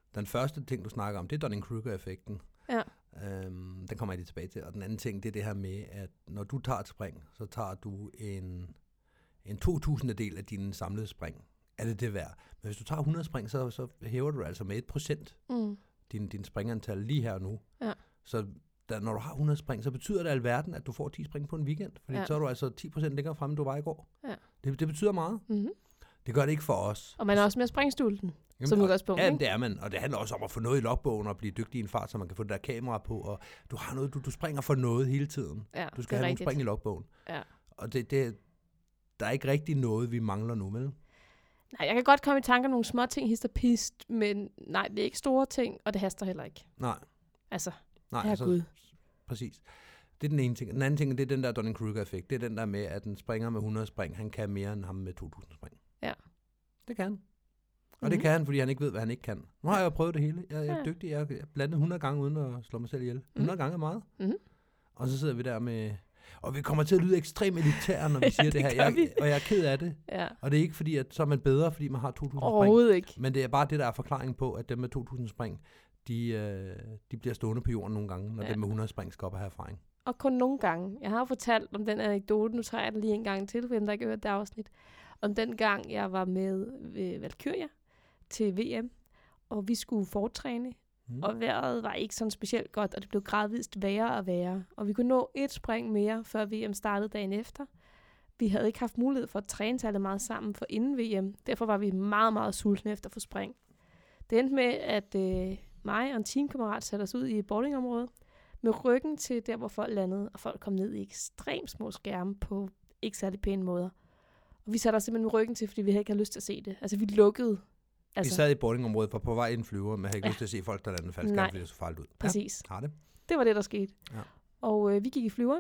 Den første ting, du snakker om, det er Dunning-Kruger-effekten. Ja. Øhm, den kommer jeg lige tilbage til. Og den anden ting, det er det her med, at når du tager et spring, så tager du en, en to tusinde del af din samlede spring. Er det det værd? Men hvis du tager hundrede spring, så, så hæver du altså med et procent Mm. din, din springantal lige her og nu. Ja. Så der, når du har hundrede spring, så betyder det alverden, at du får ti spring på en weekend. Fordi Ja. så er du altså ti procent længere fremme, end du var i går. Ja. Det, det betyder meget. Mm-hmm. Det gør det ikke for os. Og man er også mere springstulten, Jamen, som og- udgangspunkt. Ja, ikke? det er man. Og det handler også om at få noget i logbogen og blive dygtig i en fart, så man kan få det der kamera på. Og du har noget, du, du springer for noget hele tiden. Ja, Du skal det er have rigtigt. nogle spring i logbogen. Ja. Og det, det, der er ikke rigtig noget, vi mangler nu, vel? Nej, jeg kan godt komme i tanke om nogle små ting, hist og pist, men nej, det er ikke store ting, og det haster heller ikke. Nej, Altså, nej. herregud. Præcis. Det er den ene ting. Den anden ting, det er den der Dunning-Kruger-effekt. Det er den der med, at en springer med hundrede spring, han kan mere end ham med to tusind spring. Ja. Det kan han. Og Mhm. det kan han, fordi han ikke ved, hvad han ikke kan. Nu har jeg jo prøvet det hele. Jeg, jeg er Ja. dygtig. Jeg har blandet hundrede gange uden at slå mig selv ihjel. hundrede gange er meget. Mhm. Og så sidder vi der med... Og vi kommer til at lyde ekstremt elitære, når vi Ja, siger det, det her. gør Jeg, vi. og jeg er ked af det. Ja, Og det er ikke fordi, at så er man bedre, fordi man har to tusind spring. overhovedet ikke. Men det er bare det, der er forklaringen på, at dem med to tusind spring, de, øh, de bliver stående på jorden nogle gange, når Ja. dem med hundrede spring skal op og have erfaring. Og kun nogle gange. Jeg har jo fortalt om den anekdote, nu tager jeg den lige en gang til, for dem, der ikke har hørt det afsnit. Om den gang, jeg var med ved Valkyria til V M, og vi skulle fortræne, Mm. og vejret var ikke sådan specielt godt, og det blev gradvist værre og værre. Og vi kunne nå et spring mere, før V M startede dagen efter. Vi havde ikke haft mulighed for at træne særlig meget sammen for inden V M. Derfor var vi meget, meget sultne efter at få spring. Det endte med, at øh, mig og en teamkammerat satte os ud i boardingområdet med ryggen til der, hvor folk landede, og folk kom ned i ekstremt små skærme på ikke særlig pæne måder. Og vi satte os simpelthen med ryggen til, fordi vi havde ikke havde lyst til at se det. Altså, vi lukkede. Altså. Vi sad i boardingområdet, var på vej i en flyver, men havde ikke Ja. lyst til at se folk, der landede faldskærm, Nej. fordi det så farligt ud. Præcis. Ja, har det. Det var det, der skete. Ja. Og øh, vi gik i flyveren,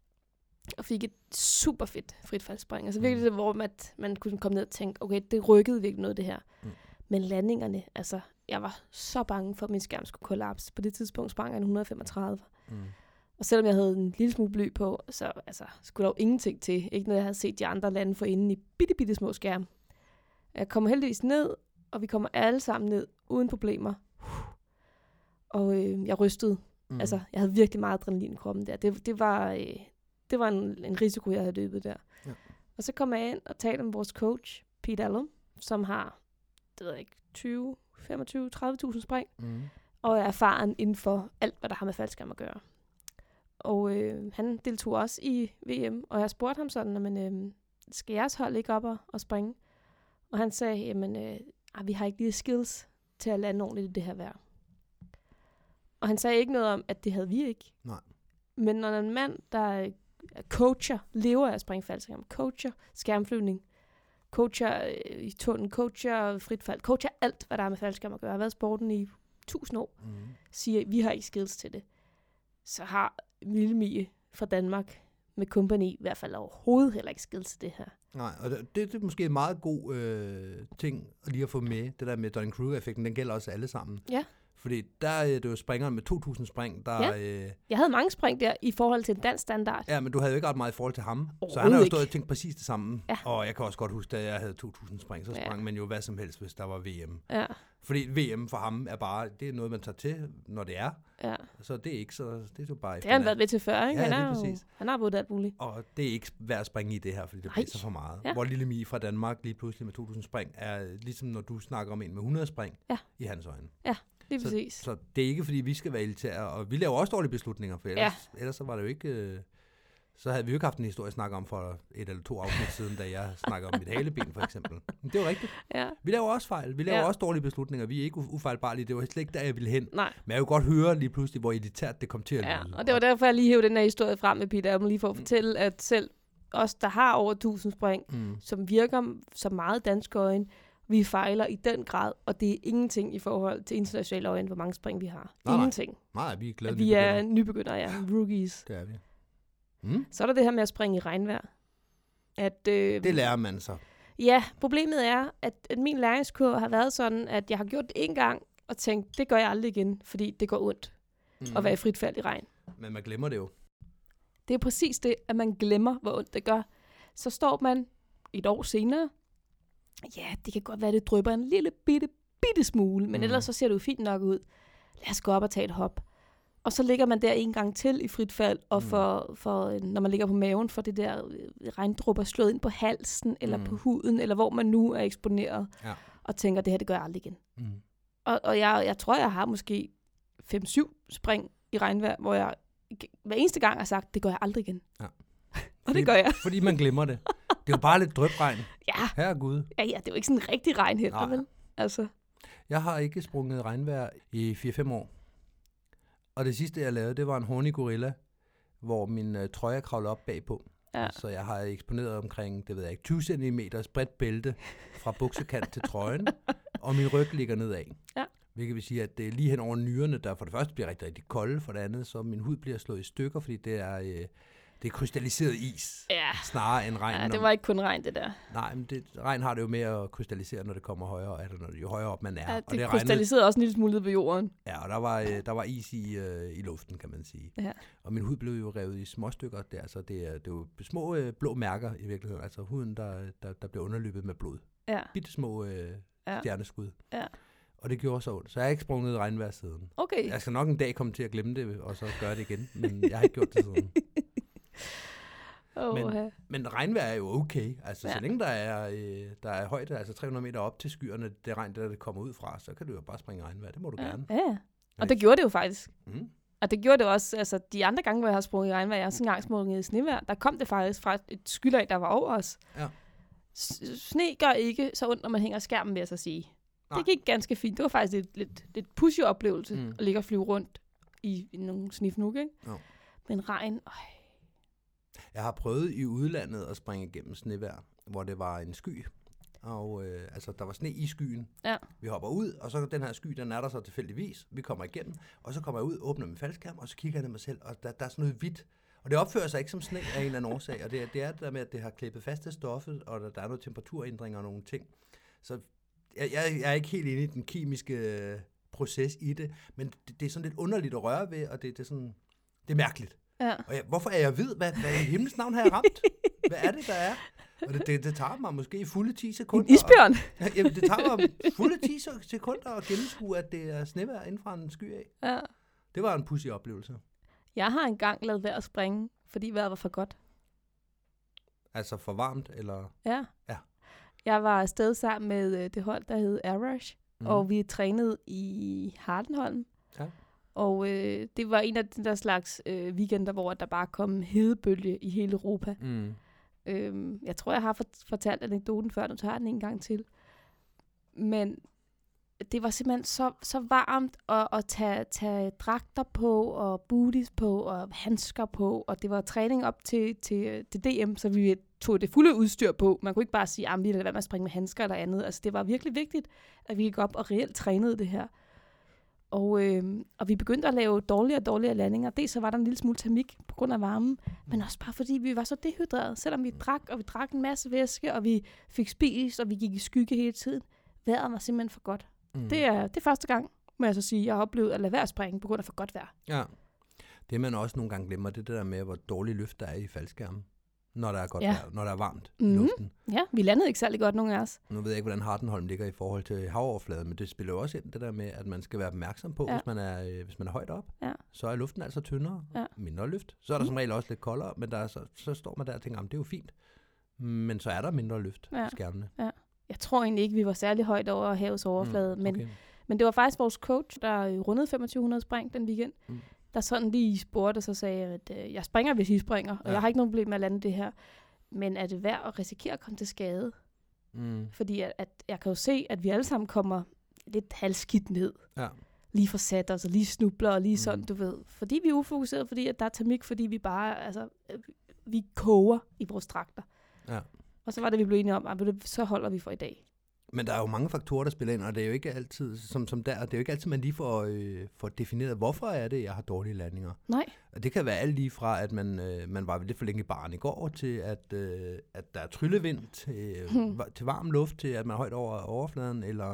og fik et super fedt fritfaldsspring. Altså virkelig Mm. det, hvor man, man kunne komme ned og tænke, okay, det rykkede virkelig noget, det her. Mm. Men landingerne, altså, jeg var så bange for, at min skærm skulle kollapse. På det tidspunkt sprang jeg en et hundrede femogtredive. Mm. Og selvom jeg havde en lille smule bly på, så altså, skulle der jo ingenting til. Ikke når jeg havde set de andre lande for inden i bitte, bitte små skærme. Jeg kommer heldigvis ned, og vi kommer alle sammen ned uden problemer. Og øh, jeg rystede. Mm. Altså, jeg havde virkelig meget adrenalin i kroppen der. Det, det var, øh, det var en, en risiko, jeg havde løbet der. Ja. Og så kom jeg ind og talte med vores coach, Pete Allum, som har, det ved jeg ikke, tyve, femogtyve, tredive tusind spring, Mm. og er erfaren inden for alt, hvad der har med faldskærm at gøre. Og øh, han deltog også i V M, og jeg spurgte ham sådan, men, øh, skal jeres hold ikke op og, og springe? Og han sagde, jamen, øh, vi har ikke lige skills til at lande ordentligt i det her vejr. Og han sagde ikke noget om, at det havde vi ikke. Nej. Men når en mand, der er coacher, lever af at springe faldskærm, coacher skærmflyvning, coacher øh, i tunnel, coacher fritfald, coacher alt, hvad der er med faldskærm at gøre, har været i sporten i tusind år, Mm. siger, at vi har ikke skills til det, så har Lille Mie fra Danmark med Company i hvert fald overhovedet heller ikke skills til det her. Nej, og det, det er måske en meget god øh, ting at lige at få med. Det der med Dunning-Kruger-effekten, den gælder også alle sammen. Ja. Fordi der er det jo springeren med to tusind spring, der... Ja. Øh, Jeg havde mange spring der i forhold til en dansk standard. ja, men du havde jo ikke ret meget i forhold til ham. Så Overhovedet han har jo ikke. stået og tænkt præcis det samme. Ja. Og jeg kan også godt huske, da jeg havde to tusind spring, så Ja. sprang man jo hvad som helst, hvis der var V M. Ja, Fordi V M for ham er bare, det er noget, man tager til, når det er. ja. Så det er ikke så, det er jo bare Det har han været ved til før, ikke? Ja, han, lige er jo, præcis. han har både alt muligt. Og det er ikke værd at springe i det her, fordi det Nej. blæser for meget. Ja. Hvor Lille Mie fra Danmark lige pludselig med to tusind spring, er ligesom når du snakker om en med hundrede spring, Ja. i hans øjne. Lige Så, præcis. så det er ikke, fordi vi skal være elitære, og vi laver også dårlige beslutninger, for ellers, Ja. ellers så var det jo ikke... Øh, så havde vi jo ikke haft en historie at snakke om for et eller to afsnit siden, da jeg snakker om mit haleben, for eksempel. Men det er jo rigtigt. Ja. Vi laver også fejl. Vi laver Ja. også dårlige beslutninger. Vi er ikke u- ufejlbarlige. Det var slet ikke der, jeg ville hen. Nej. Men jeg kunne godt høre lige pludselig, hvor elitært det kom til at Ja, lyde. og det var derfor, jeg lige hævde den her historie frem med Peter Allum, lige for at fortælle, at selv os, der har over tusind spring, Mm. som virker så meget danske øjne, vi fejler i den grad, og det er ingenting i forhold til internationale øjne, hvor mange spring vi har. Nej, nej. Ingenting. Nej, vi er glade, Vi er nybegyndere, ja. Rookies. Det er vi. Mm. Så er der det her med at springe i regnvejr. At, øh, Det lærer man så. Ja, problemet er, at, at min læringskurve har været sådan, at jeg har gjort det en gang, og tænkt, det gør jeg aldrig igen, fordi det går ondt Mm. at være i frit fald i regn. Men man glemmer det jo. Det er præcis det, at man glemmer, hvor ondt det gør. Så står man et år senere. Ja, det kan godt være, det drypper en lille bitte, bitte smule, men Mm. ellers så ser det jo fint nok ud. Lad os gå op og tage et hop. Og så ligger man der en gang til i frit fald, og Mm. for, for, når man ligger på maven, for det der øh, regndrupper slået ind på halsen, eller Mm. på huden, eller hvor man nu er eksponeret, Ja. og tænker, det her, det gør jeg aldrig igen. Mm. Og, og jeg, jeg tror, jeg har måske fem syv spring i regnvejr, hvor jeg hver eneste gang har sagt, det gør jeg aldrig igen. Ja. Og Fordi- det gør jeg. Fordi man glemmer det. Det er jo bare lidt drypregn. Ja, Herregud. ja, ja, det er jo ikke sådan en rigtig regn heller, Nej. vel? Altså, Jeg har ikke sprunget regnvejr i fire fem år. Og det sidste, jeg lavede, det var en horny gorilla, hvor min øh, trøje kravlede op bagpå. ja. Så jeg har eksponeret omkring, det ved jeg ikke, tyve centimeter bredt bælte fra buksekant til trøjen, og min ryg ligger nedad. Ja. Hvilket vil sige, at det er lige hen over nyrerne, der for det første bliver rigtig, rigtig kolde, for det andet, så min hud bliver slået i stykker, fordi det er, øh, det er krystalliseret is, Ja. snarere end regn. ja, det når- var ikke kun regn, det der. Nej, men det, regn har det jo med at krystallisere, når det kommer højere, altså når, jo højere op man er. Ja, og det regnede- krystalliserede også en lille smule ned på jorden. Ja, og der var, øh, der var is i, øh, i luften, kan man sige. Ja. Og min hud blev jo revet i små stykker der, så det er, det er jo små øh, blå mærker i virkeligheden. Altså huden, der, der, der blev underløbet med blod. Ja, Bitte små øh, Ja. stjerneskud. Ja. Og det gjorde så ondt. Så jeg har ikke sprunget i regnvejr siden. okay. Jeg skal nok en dag komme til at glemme det, og så gøre det igen. Men jeg har ikke gjort det siden. Oh, men- men, Men regnvejr er jo okay. Altså, ja. Ja. så længe der er, øh, der er højde, altså tre hundrede meter op til skyerne, det regn, der det kommer ud fra, så kan du jo bare springe i regnvejr. Det må du ja. gerne. ja, ja. Og det gjorde det jo faktisk. Mm. Og det gjorde det også, altså de andre gange, hvor jeg har sprunget i regnvejr, jeg har også engang sprunget i snevejr, der kom det faktisk fra et skylag, der var over os. Ja. S- Sne gør ikke så ondt, når man hænger skærmen, vil jeg så sige. Nej. Det gik ganske fint. Det var faktisk lidt, lidt, lidt pushy oplevelse, Mm. mm. at ligge og flyve rundt i, i nogle snifnuk, ikke? Jo. Men regn, øj, Jeg har prøvet i udlandet at springe igennem snevejr, hvor det var en sky. Og øh, altså, der var sne i skyen. Ja. Vi hopper ud, og så den her sky, den er der så tilfældigvis. Vi kommer igennem, og så kommer jeg ud, åbner min faldskærm, og så kigger jeg ned mig selv, og der, der er sådan noget hvidt. Og det opfører sig ikke som sne af en eller anden årsag, og det er det, er det der med, at det har klippet fast til stoffet, og der, der er noget temperaturændringer og nogle ting. Så jeg, jeg, jeg er ikke helt inde i den kemiske øh, proces i det, men det, det er sådan lidt underligt at røre ved, og det, det er sådan, det er mærkeligt. ja. Og jeg, hvorfor er jeg hvid? Hvad, hvad i himlens navn har jeg ramt? Hvad er det, der er? Og det, det, det tager mig måske fulde ti sekunder. En isbjørn. Og, jamen, det tager mig fulde ti sekunder at gennemskue, at det er snevejr inden fra en sky af. Ja. Det var en pudsig oplevelse. Jeg har engang lavet vejr at springe, fordi vejret var for godt. Altså for varmt, eller... Ja. Ja. Jeg var afsted sammen med øh, det hold, der hed Air Rush, Mm. mm. og vi trænede i Hardenholm. Ja. Og øh, det var en af de der slags øh, weekender, hvor der bare kom hedebølge i hele Europa. Mm. Øhm, jeg tror, jeg har fort- fortalt anekdoten før, nu tager jeg den en gang til. Men det var simpelthen så, så varmt at, at tage, tage dragter på, og booties på, og handsker på, og det var træning op til, til, til D M, så vi tog det fulde udstyr på. Man kunne ikke bare sige, at vi lader være med at springe med handsker eller andet. Altså, det var virkelig vigtigt, at vi gik op og reelt trænede det her. Og, øh, og vi begyndte at lave dårligere og dårligere landinger. Dels så var der en lille smule termik på grund af varmen, men også bare fordi vi var så dehydrerede. Selvom vi drak, og vi drak en masse væske, og vi fik spist, og vi gik i skygge hele tiden. Vejret var simpelthen for godt. Mm. Det er, det er første gang, må jeg så sige, jeg har oplevet at lade være at springe på grund af for godt vejr. Ja. Det man også nogle gange glemmer, det er det der med, hvor dårlig luft der er i faldskærmen. Når der er godt Ja. vejr, når der er varmt i Mhm. luften. Ja, vi landede ikke særlig godt, nogen af os. Nu ved jeg ikke, hvordan Hardenholm ligger i forhold til havoverfladen, men det spiller jo også ind det der med, at man skal være opmærksom på, Ja. hvis, man er, øh, hvis man er højt op. Ja. Så er luften altså tyndere, Ja. mindre luft. Så er der Mm. som regel også lidt koldere, men der er så, så står man der og tænker, det er jo fint. Men så er der mindre luft Ja. i skærmene. Jeg tror egentlig ikke, vi var særlig højt over havets overflade, Mm, men, okay. men det var faktisk vores coach, der øh, rundede femogtyve hundrede spring den weekend, Mm. der sådan lige spurgte, og så sagde jeg, at øh, jeg springer, hvis I springer, og Ja. jeg har ikke nogen problem med at lande det her. Men er det værd at risikere at komme til skade? Mm. Fordi at, at jeg kan jo se, at vi alle sammen kommer lidt halvskidt ned. Ja. Lige får sat os, og lige snubler, og lige sådan, Mm. du ved. Fordi vi er ufokuseret, fordi at der er termik, fordi vi bare, altså, øh, vi koger i vores dragter. Ja. Og så var det, vi blev enige om, at så holder vi for i dag. Men der er jo mange faktorer, der spiller ind, og det er jo ikke altid, som, som der, det er jo ikke altid, man lige får, øh, får defineret, hvorfor er det, jeg har dårlige landinger. Nej. Og det kan være alt lige fra, at man, øh, man var lidt for længe i baren i går, til at, øh, at der er tryllevind, til, Hmm. til varm luft, til at man er højt over overfladen, eller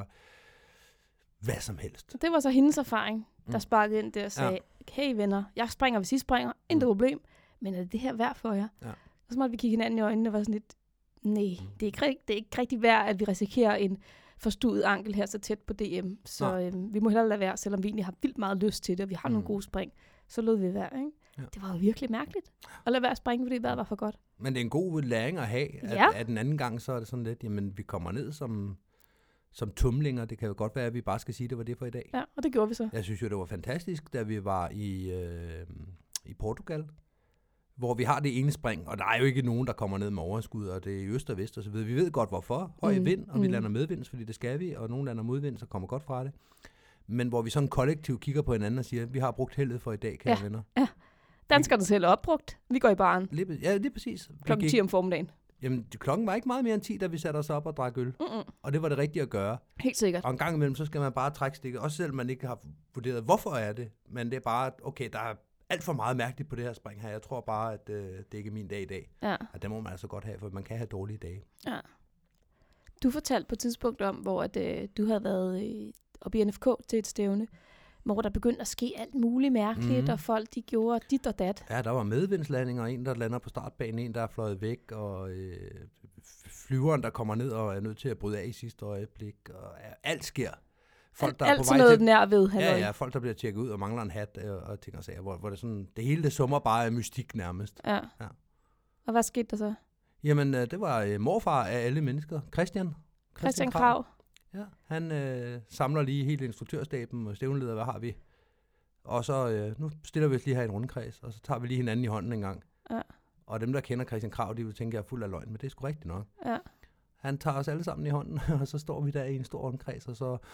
hvad som helst. Det var så hendes erfaring, der Mm. sparkede ind der og sagde, ja. Hey venner, jeg springer, hvis I springer, intet Mm. problem, men er det her værd for jer? Ja. Og så måtte vi kigge hinanden i øjnene og var sådan lidt, nej, Mm. det er ikke, rigt- det er ikke rigtig værd, at vi risikerer en forstuet ankel her så tæt på D M. Så øh, vi må hellere lade være, selvom vi egentlig har vildt meget lyst til det, og vi har mm. nogle gode spring. Så lod vi være, ikke? Ja. Det var jo virkelig mærkeligt at lade være at springe, fordi vejret var for godt. Men det er en god læring at have, at, ja. at den anden gang, så er det sådan lidt, jamen vi kommer ned som, som tumlinger. Det kan jo godt være, at vi bare skal sige, at det var det for i dag. Ja, og det gjorde vi så. Jeg synes jo, det var fantastisk, da vi var i, øh, i Portugal, hvor vi har det ene spring, og der er jo ikke nogen, der kommer ned med overskud, og det er i øst og vest og så videre. Vi ved godt, hvorfor. Høj mm. vind, og vi mm. lander medvinds, fordi det skal vi, og nogen lander modvind, så kommer godt fra det. Men hvor vi sådan kollektivt kigger på hinanden og siger, at vi har brugt heldet for i dag, kære ja. venner. Ja, danskerne selv er opbrugt. Vi går i baren. Lige, ja, lige præcis. Klokken ti om formiddagen. Jamen, klokken var ikke meget mere end ti, da vi satte os op og drak øl. Mm-mm. Og det var det rigtige at gøre. Helt sikkert. Og en gang imellem, så skal man bare trække stikket, også selvom man ikke har vurderet, hvorfor er det. Men det er bare, okay, der er alt for meget mærkeligt på det her spring her. Jeg tror bare, at øh, det ikke er min dag i dag. Ja. Og det må man altså godt have, for man kan have dårlige dage. Ja. Du fortalte på et tidspunkt om, hvor at, øh, du havde været øh, oppe i N F K til et stævne, hvor der begyndte at ske alt muligt mærkeligt, mm. og folk de gjorde dit og dat. Ja, der var medvindslandinger, en der lander på startbanen, en der er fløjet væk, og øh, flyveren, der kommer ned og er nødt til at bryde af i sidste øjeblik, og ja, alt sker. Folk, der alt er på vej noget til nær ved. Ja, ja, folk, der bliver tjekket ud og mangler en hat og, og ting og sager, hvor, hvor det sådan, det hele det summer bare af mystik nærmest. Ja. ja. Og hvad skete der så? Jamen, det var øh, morfar af alle mennesker, Christian. Christian, Christian Krav. Ja, han øh, samler lige hele instruktørstaben og stævneleder, hvad har vi? Og så, øh, nu stiller vi os lige her i en rundkreds, og så tager vi lige hinanden i hånden en gang. Ja. Og dem, der kender Christian Krav, de vil tænke, at jeg er fuld af løgn, men det er sgu rigtigt nok. Ja. Han tager os alle sammen i hånden, og så står vi der i en stor rundkreds, og så...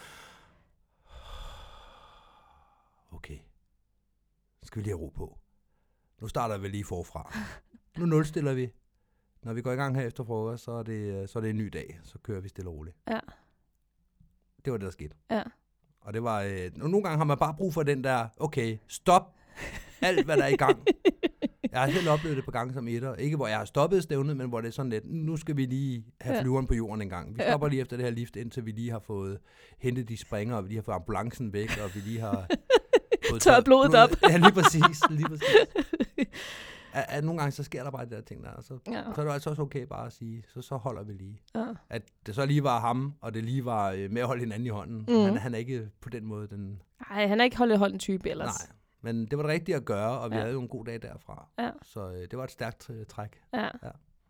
Okay, så skal vi lige have ro på. Nu starter vi lige forfra. Nu nulstiller vi. Når vi går i gang her efter frokost, så er det, så er det en ny dag. Så kører vi stille og roligt. Ja. Det var det, der skete. Ja. Og det var, øh, nogle gange har man bare brug for den der, okay, stop alt, hvad der er i gang. Jeg har selv oplevet det på gange som etter. Ikke hvor jeg har stoppet stævnet, men hvor det er sådan lidt, nu skal vi lige have ja. flyveren på jorden en gang. Vi stopper ja. lige efter det her lift, indtil vi lige har fået hentet de springer, og vi lige har fået ambulancen væk, og vi lige har fået tørret blodet op. Ja, lige præcis. Lige præcis. At, at nogle gange, så sker der bare de der ting der, og så, ja. så er det altså også okay bare at sige, så, så holder vi lige. Ja. At det så lige var ham, og det lige var øh, med at holde hinanden i hånden. Mm. Han, han er ikke på den måde den... Nej, han er ikke holdt hånden type ellers. Nej, men det var det rigtige at gøre, og vi ja. havde jo en god dag derfra. Ja. Så øh, det var et stærkt øh, træk. Ja. ja.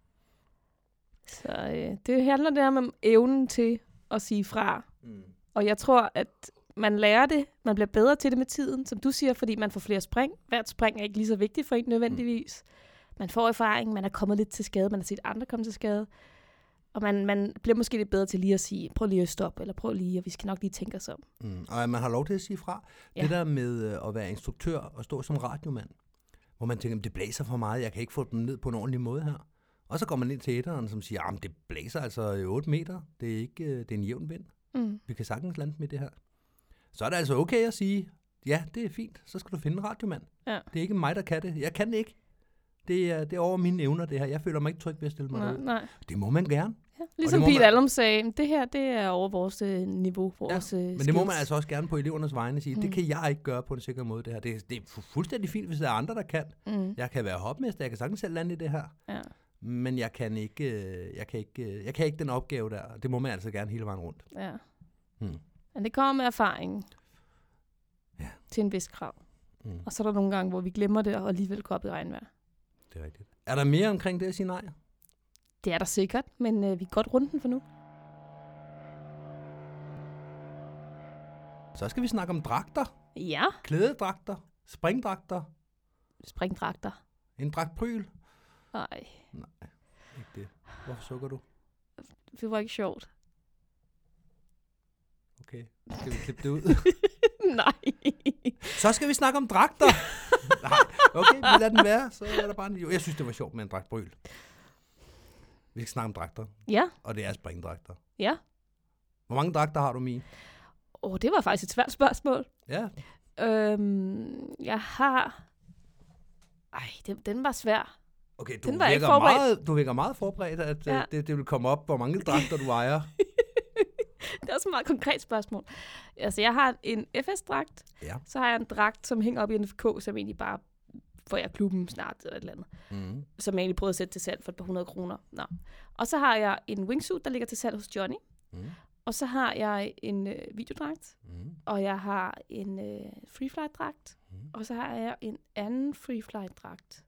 Så øh, det handler der om evnen til at sige fra. Mm. Og jeg tror, at man lærer det, man bliver bedre til det med tiden, som du siger, fordi man får flere spring. Hvert spring er ikke lige så vigtigt for en nødvendigvis. Man får erfaring, man er kommet lidt til skade, man har set andre komme til skade. Og man, man bliver måske lidt bedre til lige at sige, prøv lige at stoppe, eller prøv lige, og vi skal nok lige tænke os om. Mm. Og man har lov til at sige fra. Ja. Det der med at være instruktør og stå som radiomand, hvor man tænker, det blæser for meget, jeg kan ikke få dem ned på en ordentlig måde her. Og så går man ind til æteren, som siger, det blæser altså otte meter, det er, ikke, det er en jævn vind. Mm. Vi kan sagtens lande med det her. Så er det altså okay at sige, ja, det er fint, så skal du finde en radiomand. Ja. Det er ikke mig, der kan det. Jeg kan det ikke. Det er, det er over mine evner, det her. Jeg føler mig ikke tryg ved at stille mig nej, ud. Nej. Det må man gerne. Ja, ligesom Pete Allum sagde, det her, det er over vores øh, niveau, vores ja, Men skills. Det må man altså også gerne på elevernes vegne sige, mm. det kan jeg ikke gøre på en sikker måde, det her. Det, det er fuldstændig fint, hvis der er andre, der kan. Mm. Jeg kan være hopmester, jeg kan sagtens selv lande i det her. Ja. Men jeg kan ikke, jeg kan ikke, jeg kan ikke den opgave der. Det må man altså gerne hele vejen rundt. Ja. Hmm. Men det kommer med erfaringen. Ja. Til en vis krav. Mm. Og så er der nogle gange, hvor vi glemmer det, og alligevel går op i regnvejr. Det er rigtigt. Er der mere omkring det at sige nej? Det er der sikkert, men øh, vi er godt rundt den for nu. Så skal vi snakke om dragter. Ja. Klædedragter. Springdragter. Springdragter. En dragtpryl. Nej. Nej, ikke det. Hvorfor sukker du? Det var ikke sjovt. Okay, skal vi klippe det ud? Nej. Så skal vi snakke om dragter. Nej, okay, vi lader den være. Så er der bare en... Jo, jeg synes, det var sjovt med en dragtbryl. Vi skal snakke om dragter. Ja. Og det er springdragter. Ja. Hvor mange dragter har du, Mie? Åh, oh, det var faktisk et svært spørgsmål. Ja. Øhm, jeg har... Ej, den, den var svær. Okay, du virker, meget, du virker meget forberedt, at ja. det, det vil komme op, hvor mange dragter du ejer. Det er også et meget konkret spørgsmål. Altså, jeg har en F S-dragt, ja. Så har jeg en dragt, som hænger op i N F K, som egentlig bare får jeg klubben snart, eller et eller andet. Mm. Som jeg egentlig prøvede at sætte til salg for et par hundrede kroner. Nå. Og så har jeg en wingsuit, der ligger til salg hos Johnny. Mm. Og så har jeg en øh, videodragt, Mm. og jeg har en øh, freeflight-dragt, Mm. og så har jeg en anden freeflight-dragt.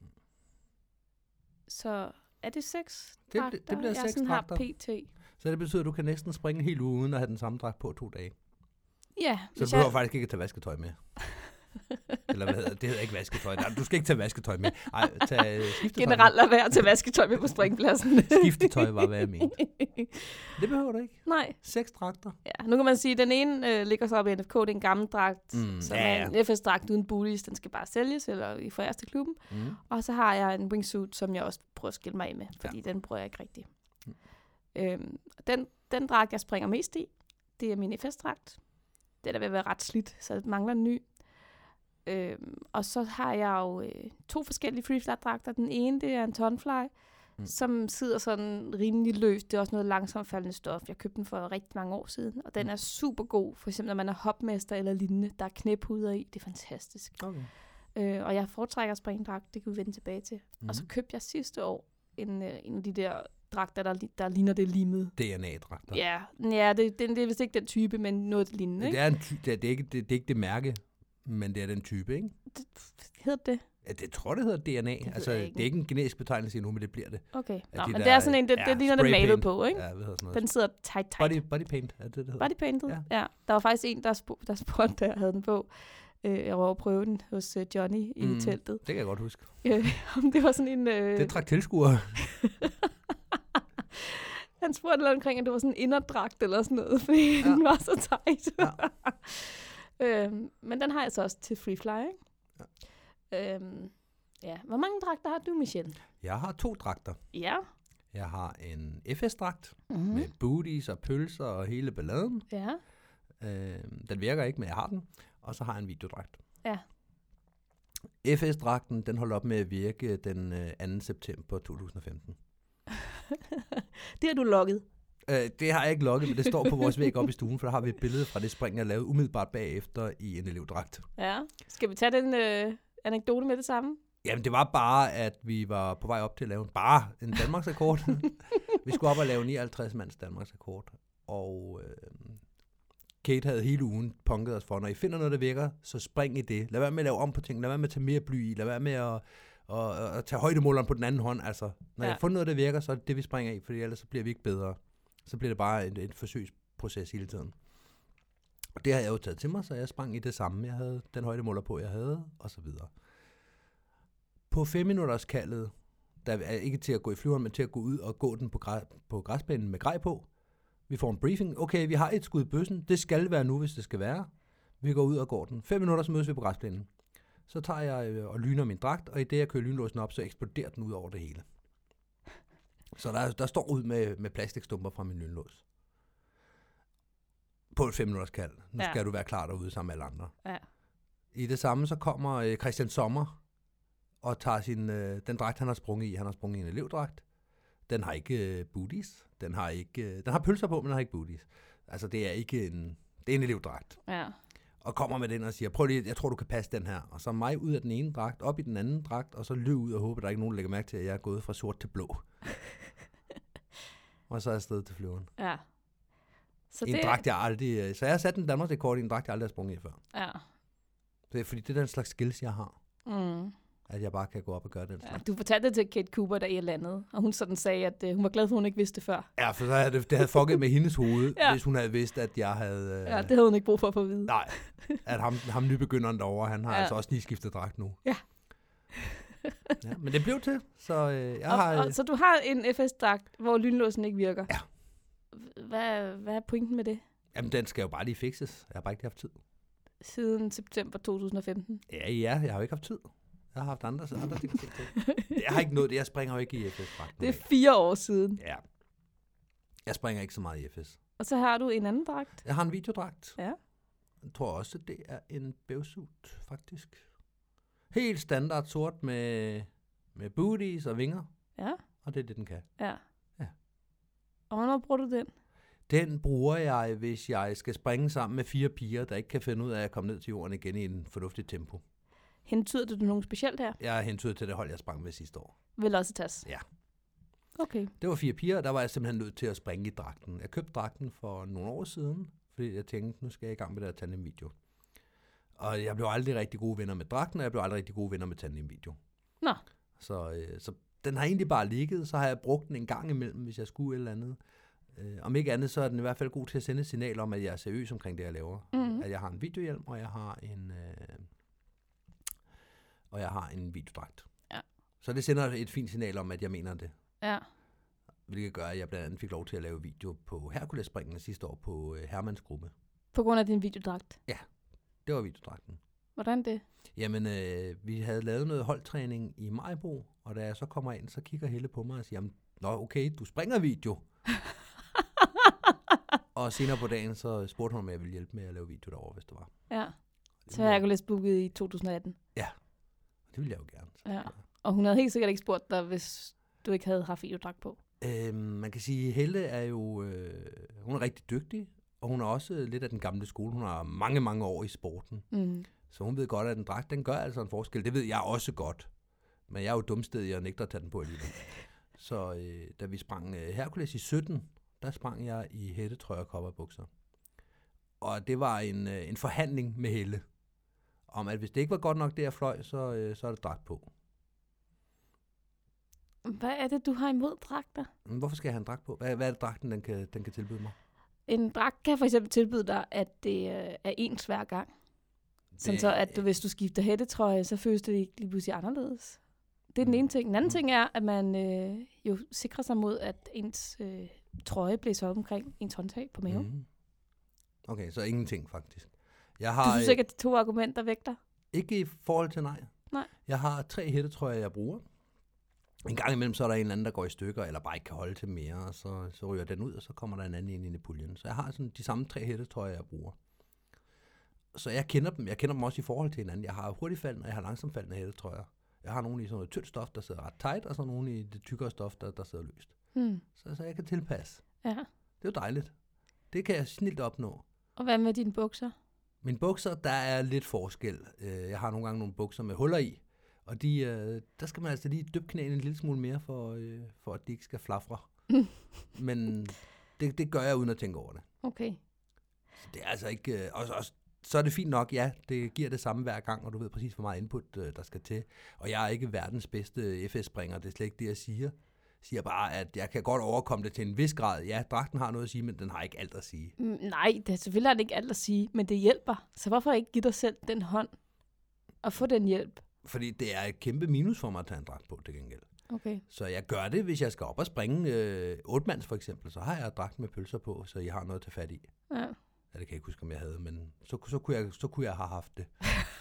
Så er det seks Det, dragter? det, det bliver jeg seks sådan dragter. har P T. Så det betyder, at du kan næsten springe helt uge, uden at have den samme dragt på to dage. Ja. Så du hvis behøver jeg... faktisk ikke at tage vasketøj med. Eller hvad hedder det? Det hedder ikke vasketøj. Nej, du skal ikke tage vasketøj med. Nej, tag øh, skiftetøj Generelt lad være til vasketøj med på springpladsen. med. Skiftetøj var, hvad jeg mente. Det behøver du ikke. Nej. Seks dragter. Ja, nu kan man sige, at den ene øh, ligger så op i N F K, det er en gammel dragt, Mm, som ja, er en F S-dragt uden booties, den skal bare sælges, eller i foræres til klubben. Mm. Og så har jeg en wingsuit, som jeg også prøver at skille mig af med, fordi ja. den bruger jeg ikke rigtigt. Mm. Øhm, den, den dragt, jeg springer mest i, det er min F S-dragt. Den er ved at være ret slidt, så det mangler en ny. Øhm, og så har jeg jo øh, to forskellige freeflight-dragter. Den ene, det er en tonfly, mm. som sidder sådan rimelig løst. Det er også noget langsomtfaldende stof. Jeg købte den for rigtig mange år siden, og den er super god. For eksempel, når man er hopmester eller lignende. Der er knæpuder i. Det er fantastisk. Okay. Øh, og jeg foretrækker springdragt. Det kan vi vende tilbage til. Mm. Og så købte jeg sidste år en, øh, en af de der dragter, der, der ligner det limede. D N A-dragter. Ja, ja det, det, det er vist ikke den type, men noget det lignende. Det er, en ty- det, er, det, er ikke, det, det er ikke det mærke, men det er den type, ikke? Det, hedder det? Ja, det tror det hedder D N A. Det altså, det er ikke en genetisk betegnelse endnu, men det bliver det. Okay. Nå, de men der, det er sådan en, det, ja, det ligner det malet paint. på, ikke? Ja, hvad hedder sådan noget? Den sidder tight, tight. Body, body paint, er det det, det hedder? Body painted, Ja. ja. Der var faktisk en, der, sp- der spurgte, da jeg havde den på. Øh, jeg var over at prøve den hos uh, Johnny i Mm, teltet. Det kan jeg godt huske. Øh, om det var sådan en... Øh... Det trak tilskuere. Han spurgte lidt omkring, at det var sådan en inderdragt eller sådan noget, fordi ja. den var så tight. Ja. øhm, men den har jeg så også til freefly, ikke? Ja. Øhm, ja. Hvor mange dragter har du, Michelle? Jeg har to dragter. Ja. Jeg har en F S-dragt Mm-hmm. med booties og pølser og hele balladen. Ja. Øh, den virker ikke, men jeg har den. Og så har jeg en videodragt. Ja. F S-dragten, den holder op med at virke den øh, anden september to tusind og femten. Det har du logget. Øh, det har jeg ikke logget, men det står på vores væg op i stuen, for der har vi et billede fra det spring, jeg lavede umiddelbart bagefter i en elevdragt. Ja. Skal vi tage den øh, anekdote med det samme? Jamen, det var bare, at vi var på vej op til at lave en, bare en Danmarksrekord. Vi skulle op og lave nioghalvtreds mands Danmarksrekord. Og øh, Kate havde hele ugen punket os for, når I finder noget, der virker, så spring i det. Lad være med at lave om på ting. Lad være med at tage mere bly i. Lad være med at, at, at, at tage højdemåleren på den anden hånd. Altså, når ja. jeg har fundet noget, der virker, så er det det, vi springer i, for ellers så bliver vi ikke bedre. Så bliver det bare en, en forsøgsproces hele tiden. Og det har jeg jo taget til mig, så jeg sprang i det samme. Jeg havde den højdemåler på, jeg havde, og så videre. På fem minutters kaldet, der er ikke til at gå i flyveren, men til at gå ud og gå den på, græs, på græsbanen med grej på. Vi får en briefing. Okay, vi har et skud i bøssen. Det skal være nu, hvis det skal være. Vi går ud og går den. Fem minutter, så mødes vi på græsbanen. Så tager jeg og lyner min dragt, og i det, jeg kører lynlåsen op, så eksploderer den ud over det hele. Så der, der står ud med, med plastikstumper fra min lynlås. På et fem minutters kald. Nu ja. skal du være klar derude sammen med alle andre. Ja. I det samme, så kommer øh, Christian Sommer og tager sin, øh, den dragt, han har sprunget i. Han har sprunget i en elevdragt. Den har ikke øh, booties. Den har ikke, øh, den har pølser på, men den har ikke booties. Altså, det er ikke en, det er en elevdragt. Ja. Og kommer med den og siger, prøv lige, jeg tror, du kan passe den her. Og så mig ud af den ene dragt, op i den anden dragt, og så løb ud og håber, der er ikke nogen, der lægger mærke til, at jeg er gået fra sort til blå. Og så er jeg afsted til flyveren. Ja. Så en det... dragt, jeg aldrig... Så jeg har sat en Danmarksrekord i en dragt, jeg aldrig har sprunget i før. Ja. Det er fordi, det er den slags skills, jeg har. Mm. At jeg bare kan gå op og gøre den slags. Ja, du fortalte det til Kate Cooper, da I landede, og hun sådan sagde, at uh, hun var glad for, at hun ikke vidste det før. Ja, for så havde det, det havde fucket med hendes hoved, ja. hvis hun havde vidst, at jeg havde... Øh, ja, det havde hun ikke brug for at få at vide. Nej, at ham, ham nybegynderen derovre, han har ja. altså også lige skiftet dragt nu. Ja. Ja, men det blev til, så øh, jeg og, har... Og, så du har en F S-dragt, hvor lynlåsen ikke virker? Ja. Hvad, hvad er pointen med det? Jamen, den skal jo bare lige fikses. Jeg har bare ikke haft tid. Siden september to tusind og femten? Ja, ja, jeg har jo ikke haft tid. Jeg har haft andre, andre ting til. Jeg har ikke noget, jeg springer jo ikke i F S-dragten. Det er fire år siden. Ja. Jeg springer ikke så meget i F S. Og så har du en anden dragt? Jeg har en videodragt. Ja. Jeg tror også, det er en bævsuit, faktisk. Helt standard sort med, med booties og vinger. Ja. Og det er det, den kan. Ja. Ja. Og hvornår bruger du den? Den bruger jeg, hvis jeg skal springe sammen med fire piger, der ikke kan finde ud af at komme ned til jorden igen i en fornuftig tempo. Hentyder du nogen specielt her? Jeg er hentydet til det hold, jeg sprang med sidste år. Velocitas? Ja. Okay. Det var fire piger, og der var jeg simpelthen nødt til at springe i dragten. Jeg købte dragten for nogle år siden, fordi jeg tænkte, nu skal jeg i gang med det at tandem-video. Og jeg blev aldrig rigtig gode venner med dragten, og jeg blev aldrig rigtig gode venner med tandem-video. Nå. Så, øh, så den har egentlig bare ligget, så har jeg brugt den en gang imellem, hvis jeg skulle et eller andet. Øh, om ikke andet, så er den i hvert fald god til at sende et signal om, at jeg er seriøs omkring det, jeg laver. Mm-hmm. At jeg har en videohjelm, og jeg har en, øh, og jeg har en videodragt. Ja. Så det sender et fint signal om, at jeg mener det. Ja. Hvilket gør, at jeg blandt andet fik lov til at lave video på Herkulesspringene sidste år på øh, Hermans gruppe. På grund af din videodragt? Ja, det var videodragten. Hvordan det? Jamen, øh, vi havde lavet noget holdtræning i Majbo, og da jeg så kommer ind, så kigger Helle på mig og siger, nå okay, du springer video. Og senere på dagen, så spurgte hun, om jeg ville hjælpe med at lave video derovre, hvis det var. Ja, så jeg kunne læse booket i to tusind atten. Ja, det ville jeg jo gerne. Ja. Og hun havde helt sikkert ikke spurgt dig, hvis du ikke havde haft videodragt på. Øhm, man kan sige, at Helle er jo øh, hun er rigtig dygtig, og hun er også lidt af den gamle skole. Hun har mange, mange år i sporten. Mm. Så hun ved godt, at en dragt, den gør altså en forskel. Det ved jeg også godt. Men jeg er jo dumstedig og nægter at tage den på alligevel. Så øh, da vi sprang øh, Hercules i sytten, der sprang jeg i hættetrøje og cowboybukser. Og det var en, øh, en forhandling med Helle, om at hvis det ikke var godt nok det, jeg fløj, så, øh, så er det dragt på. Hvad er det, du har imod dragter? Men hvorfor skal jeg have en dragt på? Hvad, hvad er det, dragten den kan, den kan tilbyde mig? En dragt kan for eksempel tilbyde dig, at det øh, er ens hver gang. Sådan så, at du, hvis du skifter hættetrøje, så føles det ikke lige pludselig anderledes. Det er den ene ting. Den anden ting er, at man øh, jo sikrer sig mod, at ens øh, trøje blæser op omkring ens håndtag på maven. Mm. Mm. Okay, så ingenting faktisk. Jeg Du har, synes ikke, at de to argumenter vægter? Ikke i forhold til nej. Nej. Jeg har tre hættetrøjer, jeg bruger. En gang imellem, så er der en eller anden, der går i stykker, eller bare ikke kan holde til mere, og så, så ryger den ud, og så kommer der en anden ind i puljen. Så jeg har sådan de samme tre hættetrøjer, jeg bruger. Så jeg kender dem. Jeg kender dem også i forhold til hinanden. Jeg har hurtigtfaldende, og jeg har langsomfaldende hættetrøjer. Jeg har nogle i sådan noget tyndt stof, der sidder ret tight, og så nogle i det tykkere stof, der, der sidder løst. Hmm. Så, så jeg kan tilpasse. Ja. Det er jo dejligt. Det kan jeg snilt opnå. Og hvad med dine bukser? Mine bukser, der er lidt forskel. Jeg har nogle gange nogle bukser med huller i, og de, der skal man altså lige dyppe knæene en lille smule mere, for, for at de ikke skal flafre. Men det, det gør jeg uden at tænke over det. Okay. Så det er altså ikke... Og, og, så er det fint nok, ja, det giver det samme hver gang, og du ved præcis, hvor meget input, der skal til. Og jeg er ikke verdens bedste F S-springer, det er slet ikke det, jeg siger. Jeg siger bare, at jeg kan godt overkomme det til en vis grad. Ja, dragten har noget at sige, men den har ikke alt at sige. Mm, nej, det, selvfølgelig har det ikke alt at sige, men det hjælper. Så hvorfor ikke give dig selv den hånd og få den hjælp? Fordi det er et kæmpe minus for mig at tage en dragt på, til gengæld. Okay. Så jeg gør det, hvis jeg skal op og springe øh, otte-mands for eksempel, så har jeg dragt med pølser på, så jeg har noget at tage fat i. Ja. Ja, det kan jeg ikke huske, om jeg havde, men så, så, kunne, jeg, så kunne jeg have haft det.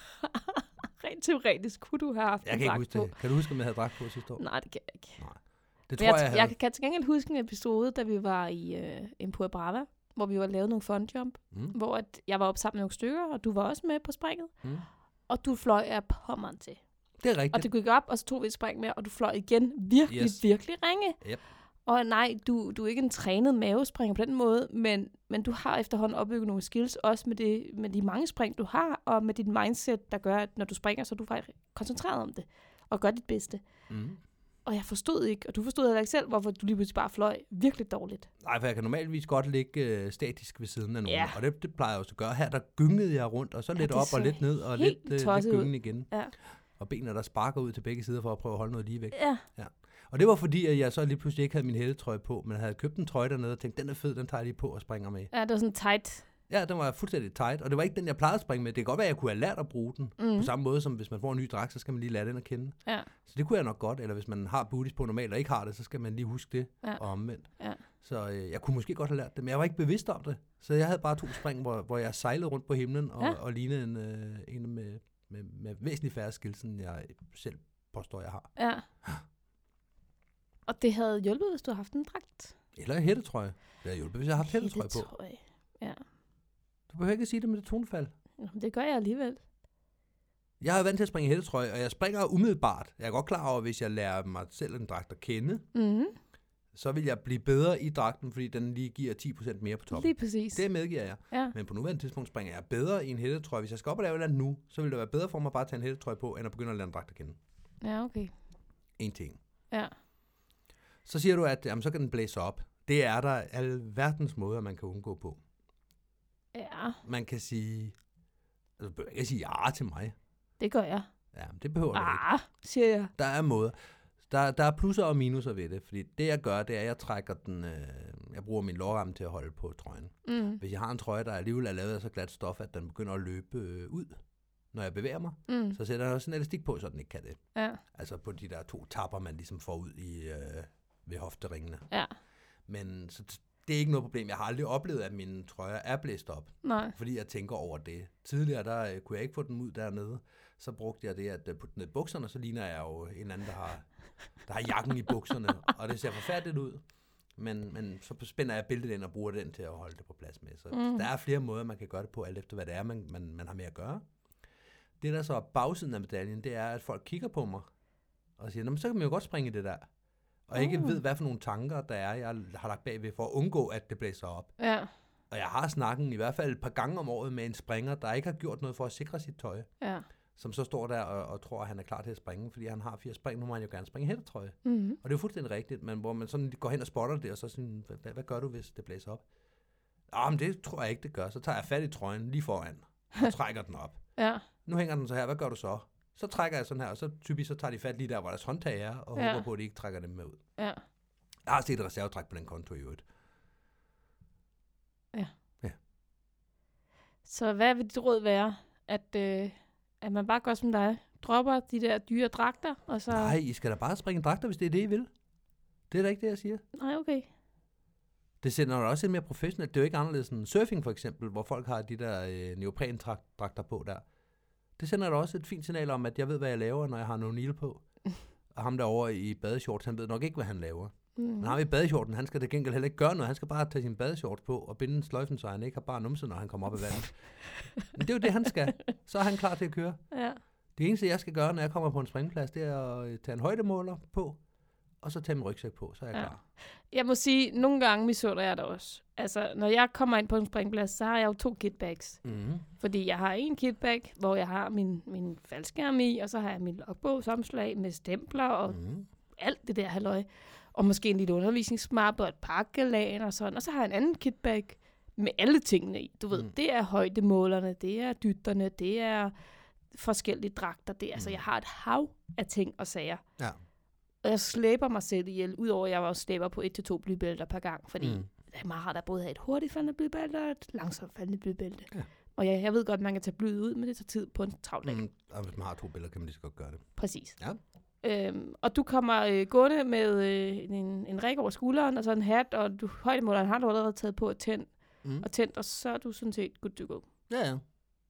Rent teoretisk kunne du have haft Jeg en kan ikke dragt huske på. det. Kan du huske, om jeg havde dragt på sidste år? Nej, det kan jeg ikke. Nej. Det Men tror jeg, jeg, jeg, jeg, havde. jeg kan til gengæld huske en episode, da vi var i øh, Empire Brava, hvor vi var lavet nogle fun jump, Mm. hvor at jeg var op sammen med nogle stykker, og du var også med på springet, Mm. og du fløj af pommeren til. Det er rigtigt. Og det gik op, og så tog vi et spring med, og du fløj igen virkelig, Yes. virkelig ringe. Yep. Og nej, du, du er ikke en trænet mavespringer på den måde, men, men du har efterhånden opbygget nogle skills, også med, det, med de mange spring, du har, og med dit mindset, der gør, at når du springer, så er du faktisk koncentreret om det, og gør dit bedste. Mm. Og jeg forstod ikke, og du forstod heller ikke selv, hvorfor du lige pludselig bare fløj virkelig dårligt. Nej, for jeg kan normalvis godt ligge øh, statisk ved siden af nogen, Ja. og det, det plejer jeg også at gøre. Her der gyngede jeg rundt, og så Ja, lidt det op og så lidt ned, og helt lidt, øh, lidt tosset ud. gyngen igen. Ja. Og benene, der sparker ud til begge sider for at prøve at holde noget lige væk. Ja. Og det var fordi, at jeg så lige pludselig ikke havde min hættetrøje på, men havde købt en trøje dernede og tænkt, den er fed, den tager jeg lige på og springer med. Ja, det var sådan tight. Ja, den var fuldstændig tight, og det var ikke den, jeg plejede at springe med. Det kan godt være, at jeg kunne have lært at bruge den. Mm. På samme måde som hvis man får en ny dragt, så skal man lige lære den at kende. Ja. Så det kunne jeg nok godt, eller hvis man har booties på normalt og ikke har det, så skal man lige huske det Ja. og omvendt. Ja. Så øh, jeg kunne måske godt have lært det, men jeg var ikke bevidst om det. Så jeg havde bare to spring, hvor, hvor jeg sejlede rundt på himlen og, Ja. og lignede en, øh, en med, med, med væsentligt færre skills, end jeg selv påstår, jeg har. Ja. Og det havde hjulpet, hvis du havde haft en dragt. Eller hættetrøje. Det havde hjulpet, hvis jeg havde haft hættetrøje på. Hættetrøje. Ja. Du behøver ikke at sige det med det tonefald. Nå, men det gør jeg alligevel. Jeg er vant til at springe i hættetrøje, og jeg springer umiddelbart. Jeg er godt klar over, at hvis jeg lærer mig selv en dragt at kende, Mm-hmm. så vil jeg blive bedre i dragten, fordi den lige giver ti procent mere på toppen. Lige præcis. Det medgiver jeg. Ja. Men på nuværende tidspunkt springer jeg bedre i en hættetrøje. Hvis jeg skal op og lave et eller andet nu, så vil det være bedre for mig bare at tage en hættetrøje på, end at begynde at lære en dragt at kende. Ja, okay. En ting. Ja. Så siger du, at jamen, så kan den blæse op. Det er der alverdens måder, man kan undgå på. Ja, Man kan sige, altså, du behøver ikke sige ja til mig. det gør jeg. Ja, det behøver du ikke. Ah, siger jeg. Der er måder. Der, der er plusser og minuser ved det, fordi det jeg gør, det er, at jeg trækker den, øh, jeg bruger min lårramme til at holde på trøjen. Mm. Hvis jeg har en trøje, der alligevel er lavet af så glat stof, at den begynder at løbe øh, ud, når jeg bevæger mig, Mm. så sætter jeg også en elastik på, så den ikke kan det. Ja, Altså på de der to tapper, man ligesom får ud i, øh, ved hofteringene. ja. Men så t- det er ikke noget problem. Jeg har aldrig oplevet, at mine trøjer er blæst op, Nej. fordi jeg tænker over det. Tidligere, der øh, kunne jeg ikke få den ud dernede. Så brugte jeg det at øh, putte ned i bukserne, så ligner jeg jo en anden, der har, der har jakken i bukserne, og det ser forfærdeligt ud. Men, men så spænder jeg billedet ind og bruger den til at holde det på plads med. Så Mm. der er flere måder, man kan gøre det på, alt efter hvad det er, man, man, man har med at gøre. Det, der så er bagsiden af medaljen, det er, at folk kigger på mig og siger, "Nå, men så kan man jo godt springe i det der." Og ikke Mm. ved, hvad for nogle tanker, der er, jeg har lagt bagved for at undgå, at det blæser op. Ja, Og jeg har snakken i hvert fald et par gange om året med en springer, der ikke har gjort noget for at sikre sit tøj, ja. som så står der og, og tror, at han er klar til at springe, fordi han har fire spring. Nu må han jo gerne springe hættetrøje. Mm. Og det er jo fuldstændig rigtigt, men hvor man sådan går hen og spotter det, og så sådan, hvad, hvad gør du, hvis det blæser op? Ah, men det tror jeg ikke, det gør. Så tager jeg fat i trøjen lige foran, og trækker den op. Ja, Nu hænger den så her, hvad gør du så? Så trækker jeg sådan her, og så typisk så tager de fat lige der, hvor deres håndtag er, og Ja. håber på, at de ikke trækker dem med ud. ja. Jeg har set et reservetræk på den konto i øvrigt. Så hvad vil dit råd være? At, øh, at man bare gør som dig? Dropper de der dyre dragter, og så... Nej, I skal da bare springe dragter, hvis det er det, I vil. Det er da ikke det, jeg siger. Nej, okay. Det sender jo også lidt mere professionelt. Det er jo ikke anderledes end surfing for eksempel, hvor folk har de der øh, neoprendragter på der. Det sender da også et fint signal om, at jeg ved, hvad jeg laver, når jeg har noget nil på. Og ham derovre i badeshorts, han ved nok ikke, hvad han laver. Mm. Men ham i badeshorten, han skal det gengæld heller ikke gøre noget. Han skal bare tage sin badeshorts på og binde sløjfen, så han ikke har bare numse, når han kommer op af vandet. Men det er jo det, han skal. Så er han klar til at køre. Ja, Det eneste, jeg skal gøre, når jeg kommer på en springplads, det er at øh, tage en højdemåler på, og så tage min rygsæk på, så er jeg Ja. klar. jeg må sige, nogle gange misunder jeg det også. Altså, når jeg kommer ind på en springplads, så har jeg jo to kitbags. Mm-hmm. Fordi jeg har en kitbag, hvor jeg har min, min faldskærm i, og så har jeg min logbogsomslag med stempler og Mm-hmm. alt det der halløj. Og måske en lille undervisningsmappe og et pakkelag og sådan. Og så har jeg en anden kitbag med alle tingene i. Du ved, Mm. det er højdemålerne, det er dytterne, det er forskellige dragter. Det er, altså, Mm. jeg har et hav af ting og sager. Ja. Og jeg slæber mig selv ihjel, udover at jeg også slæber på et til to blybælter per gang. Fordi Mm. det er meget rart at både have et hurtigt faldende blybælte og et langsomt faldende blybælte. Ja. Og ja, jeg ved godt, at man kan tage blyet ud, men det tager tid på en travl dag. Mm. Og hvis man har to billeder, kan man lige så godt gøre det. Præcis. Ja. Øhm, og du kommer øh, gående med øh, en, en ræk over skulderen og så en hat, og du, højdemåleren har du allerede taget på og tændt, Mm. og tændt, og så er du sådan set good to go. Ja, ja.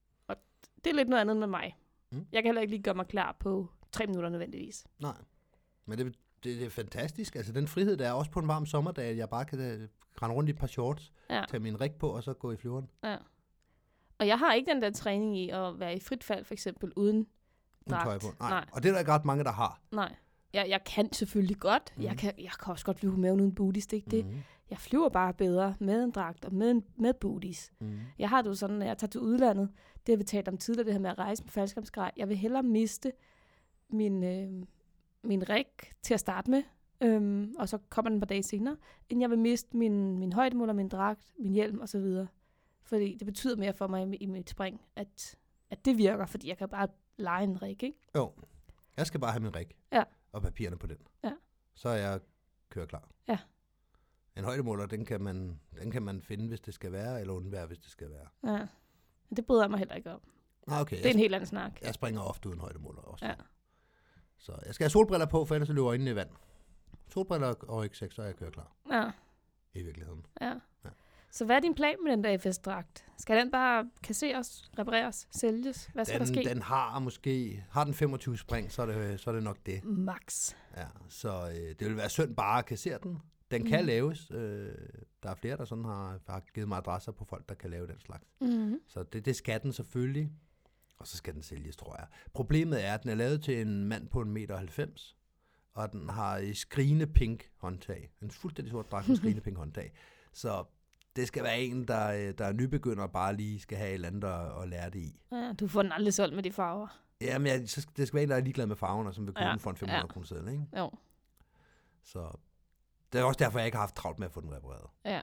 Det er lidt noget andet med mig. Mm. Jeg kan heller ikke lige gøre mig klar på tre minutter nødvendigvis. Nej. Men det, det, det er fantastisk. Altså den frihed, der er også på en varm sommerdag, at jeg bare kan øh, rende rundt i et par shorts, Ja. tage min rig på, og så gå i flyveren. Ja. Og jeg har ikke den der træning i at være i frit fald, for eksempel, uden Uden dragt. tøj på. Nej. Nej. Og det er der ikke ret mange, der har. Nej. Jeg, jeg kan selvfølgelig godt. Mhm. Jeg, kan, jeg kan også godt flyve med uden booties, det er ikke det. Mm. Jeg flyver bare bedre med en dragt og med, en, med booties. Mm. Jeg har det jo sådan, når jeg tager til udlandet, det har vi talt om tidligere, det her med at rejse med faldskærmsgrej. Jeg vil hellere miste min, øh, min rig til at starte med, øhm, og så kommer den et par dage senere, end jeg vil miste min, min højdemåler, min dragt, min hjelm osv. Fordi det betyder mere for mig i, i mit spring, at, at det virker, fordi jeg kan bare lege en rig, ikke? Jo. Jeg skal bare have min rig. Ja. Og papirerne på den. Ja. Så er jeg kører klar. Ja. En højdemåler, den kan, man, den kan man finde, hvis det skal være, eller undvære, hvis det skal være. Ja. Men det bryder jeg mig heller ikke om. Ah, okay. Det er en helt anden snak. Jeg springer ofte uden højdemåler også. Ja. Så jeg skal have solbriller på, for ellers så løber øjnene i vand. Solbriller og rygsæk, så er jeg kører klar. Ja. I virkeligheden. Ja. Ja. Så hvad er din plan med den der F S-dragt? Skal den bare kasseres, repareres, sælges? Hvad skal der ske? Den, den har måske, har den femogtyve spring, så er det, så er det nok det. Max. Ja, så øh, det vil være synd bare at kassere den. Den kan Mm. laves. Øh, der er flere, der sådan har, har givet mig adresser på folk, der kan lave den slags. Mm-hmm. Så det, det skal den selvfølgelig. Og så skal den sælges, tror jeg. Problemet er, at den er lavet til en mand på en meter halvfems, og den har i skrigende pink håndtag. En fuldstændig sort dragt med skrigende pink håndtag. Så det skal være en, der, der er nybegynder og bare lige skal have et eller andet at, at lære det i. Ja, du får den aldrig solgt med de farver. Jamen, jeg, så, det skal være en, der er ligeglad med farven, og som vil købe Ja, den for en fem hundrede ja. kroner seddel, ikke? Jo. Så Det er også derfor, jeg ikke har haft travlt med at få den repareret. Ja.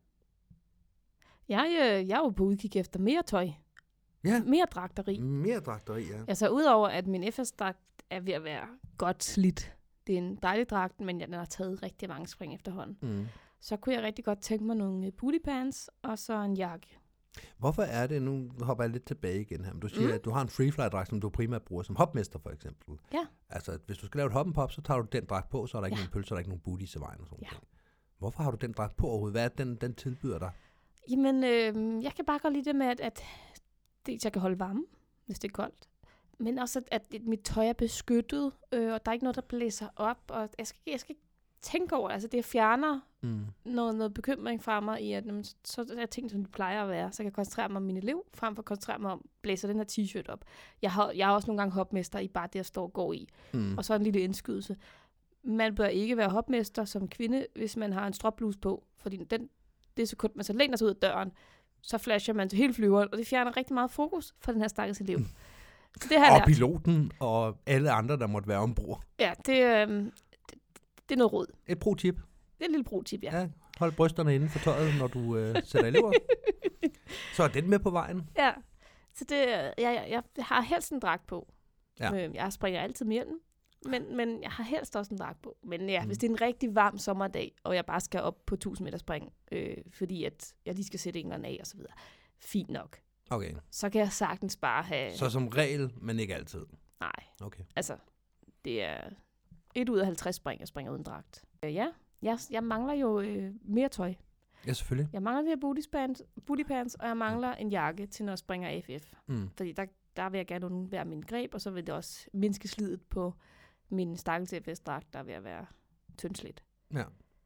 Jeg, øh, jeg er jo på udkig efter mere tøj. Ja. Mere dragteri. Mere dragteri, ja. Altså udover at min F S-dragt er ved at være godt slidt. Det er en dejlig dragt, men den har taget rigtig mange spring efterhånden. Mm. Så kunne jeg rigtig godt tænke mig nogle booty pants og så en jakke. Hvorfor er det, nu hopper jeg lidt tilbage igen her, men du siger, Mm. at du har en freefly-dragt, som du primært bruger som hopmester for eksempel. Ja. Altså, hvis du skal lave et hop and pop, så tager du den dragt på, så er der ikke Ja. nogen pølse, så er der ikke nogen booties i vejen og sådan Ja. noget. Hvorfor har du den dragt på overhovedet? Hvad er det, den, den tilbyder dig? Jamen, øh, jeg kan bare godt lide det med, at, at dels jeg kan holde varme, hvis det er koldt. Men også, at, at mit tøj er beskyttet, øh, og der er ikke noget, der blæser op. Og jeg skal, jeg skal ikke tænke over det. Altså, det fjerner Mm. noget, noget bekymring fra mig i, at jamen, så er ting, som de plejer at være. Så jeg kan koncentrere mig om min elev, frem for at koncentrere mig om, blæser den her t-shirt op. Jeg har, jeg har også nogle gange hopmester i bare det, jeg står og går i. Mm. Og så en lille indskydelse. Man bør ikke være hopmester som kvinde, hvis man har en stropbluse på. Fordi den, det sekund, man så læner sig ud af døren, så flasher man til hele flyveren, og det fjerner rigtig meget fokus fra den her stakkels elev. Så det har jeg Og lært. piloten og alle andre, der måtte være ombord. Ja, det, øh, det, det er noget råd. Et pro-tip. Det er et lille pro-tip, ja. Ja, hold brysterne inden for tøjet, når du øh, sætter elever. Så er den med på vejen. Ja, så det, jeg, jeg, jeg har helst en dragt på. Ja. Øh, jeg springer altid med hjelmen, men, men jeg har helst også en dragt på. Men ja, Mm. mm. hvis det er en rigtig varm sommerdag, og jeg bare skal op på tusind meter spring, øh, fordi at jeg lige skal sætte en eller anden af og så videre, fint nok. Okay, Så kan jeg sagtens bare have... så som regel, men ikke altid. Nej, Okay. altså, det er et ud af halvtreds spring, jeg springer uden dragt. Øh, ja, jeg, jeg mangler jo øh, mere tøj. Ja, selvfølgelig. Jeg mangler de her booty pants, booty pants, og jeg mangler en jakke til, når jeg springer A F F. Mm. Fordi der, der vil jeg gerne undvære min greb, og så vil det også mindske slidet på min stakkels F S-dragt, der er ved at være tyndslidt. Ja.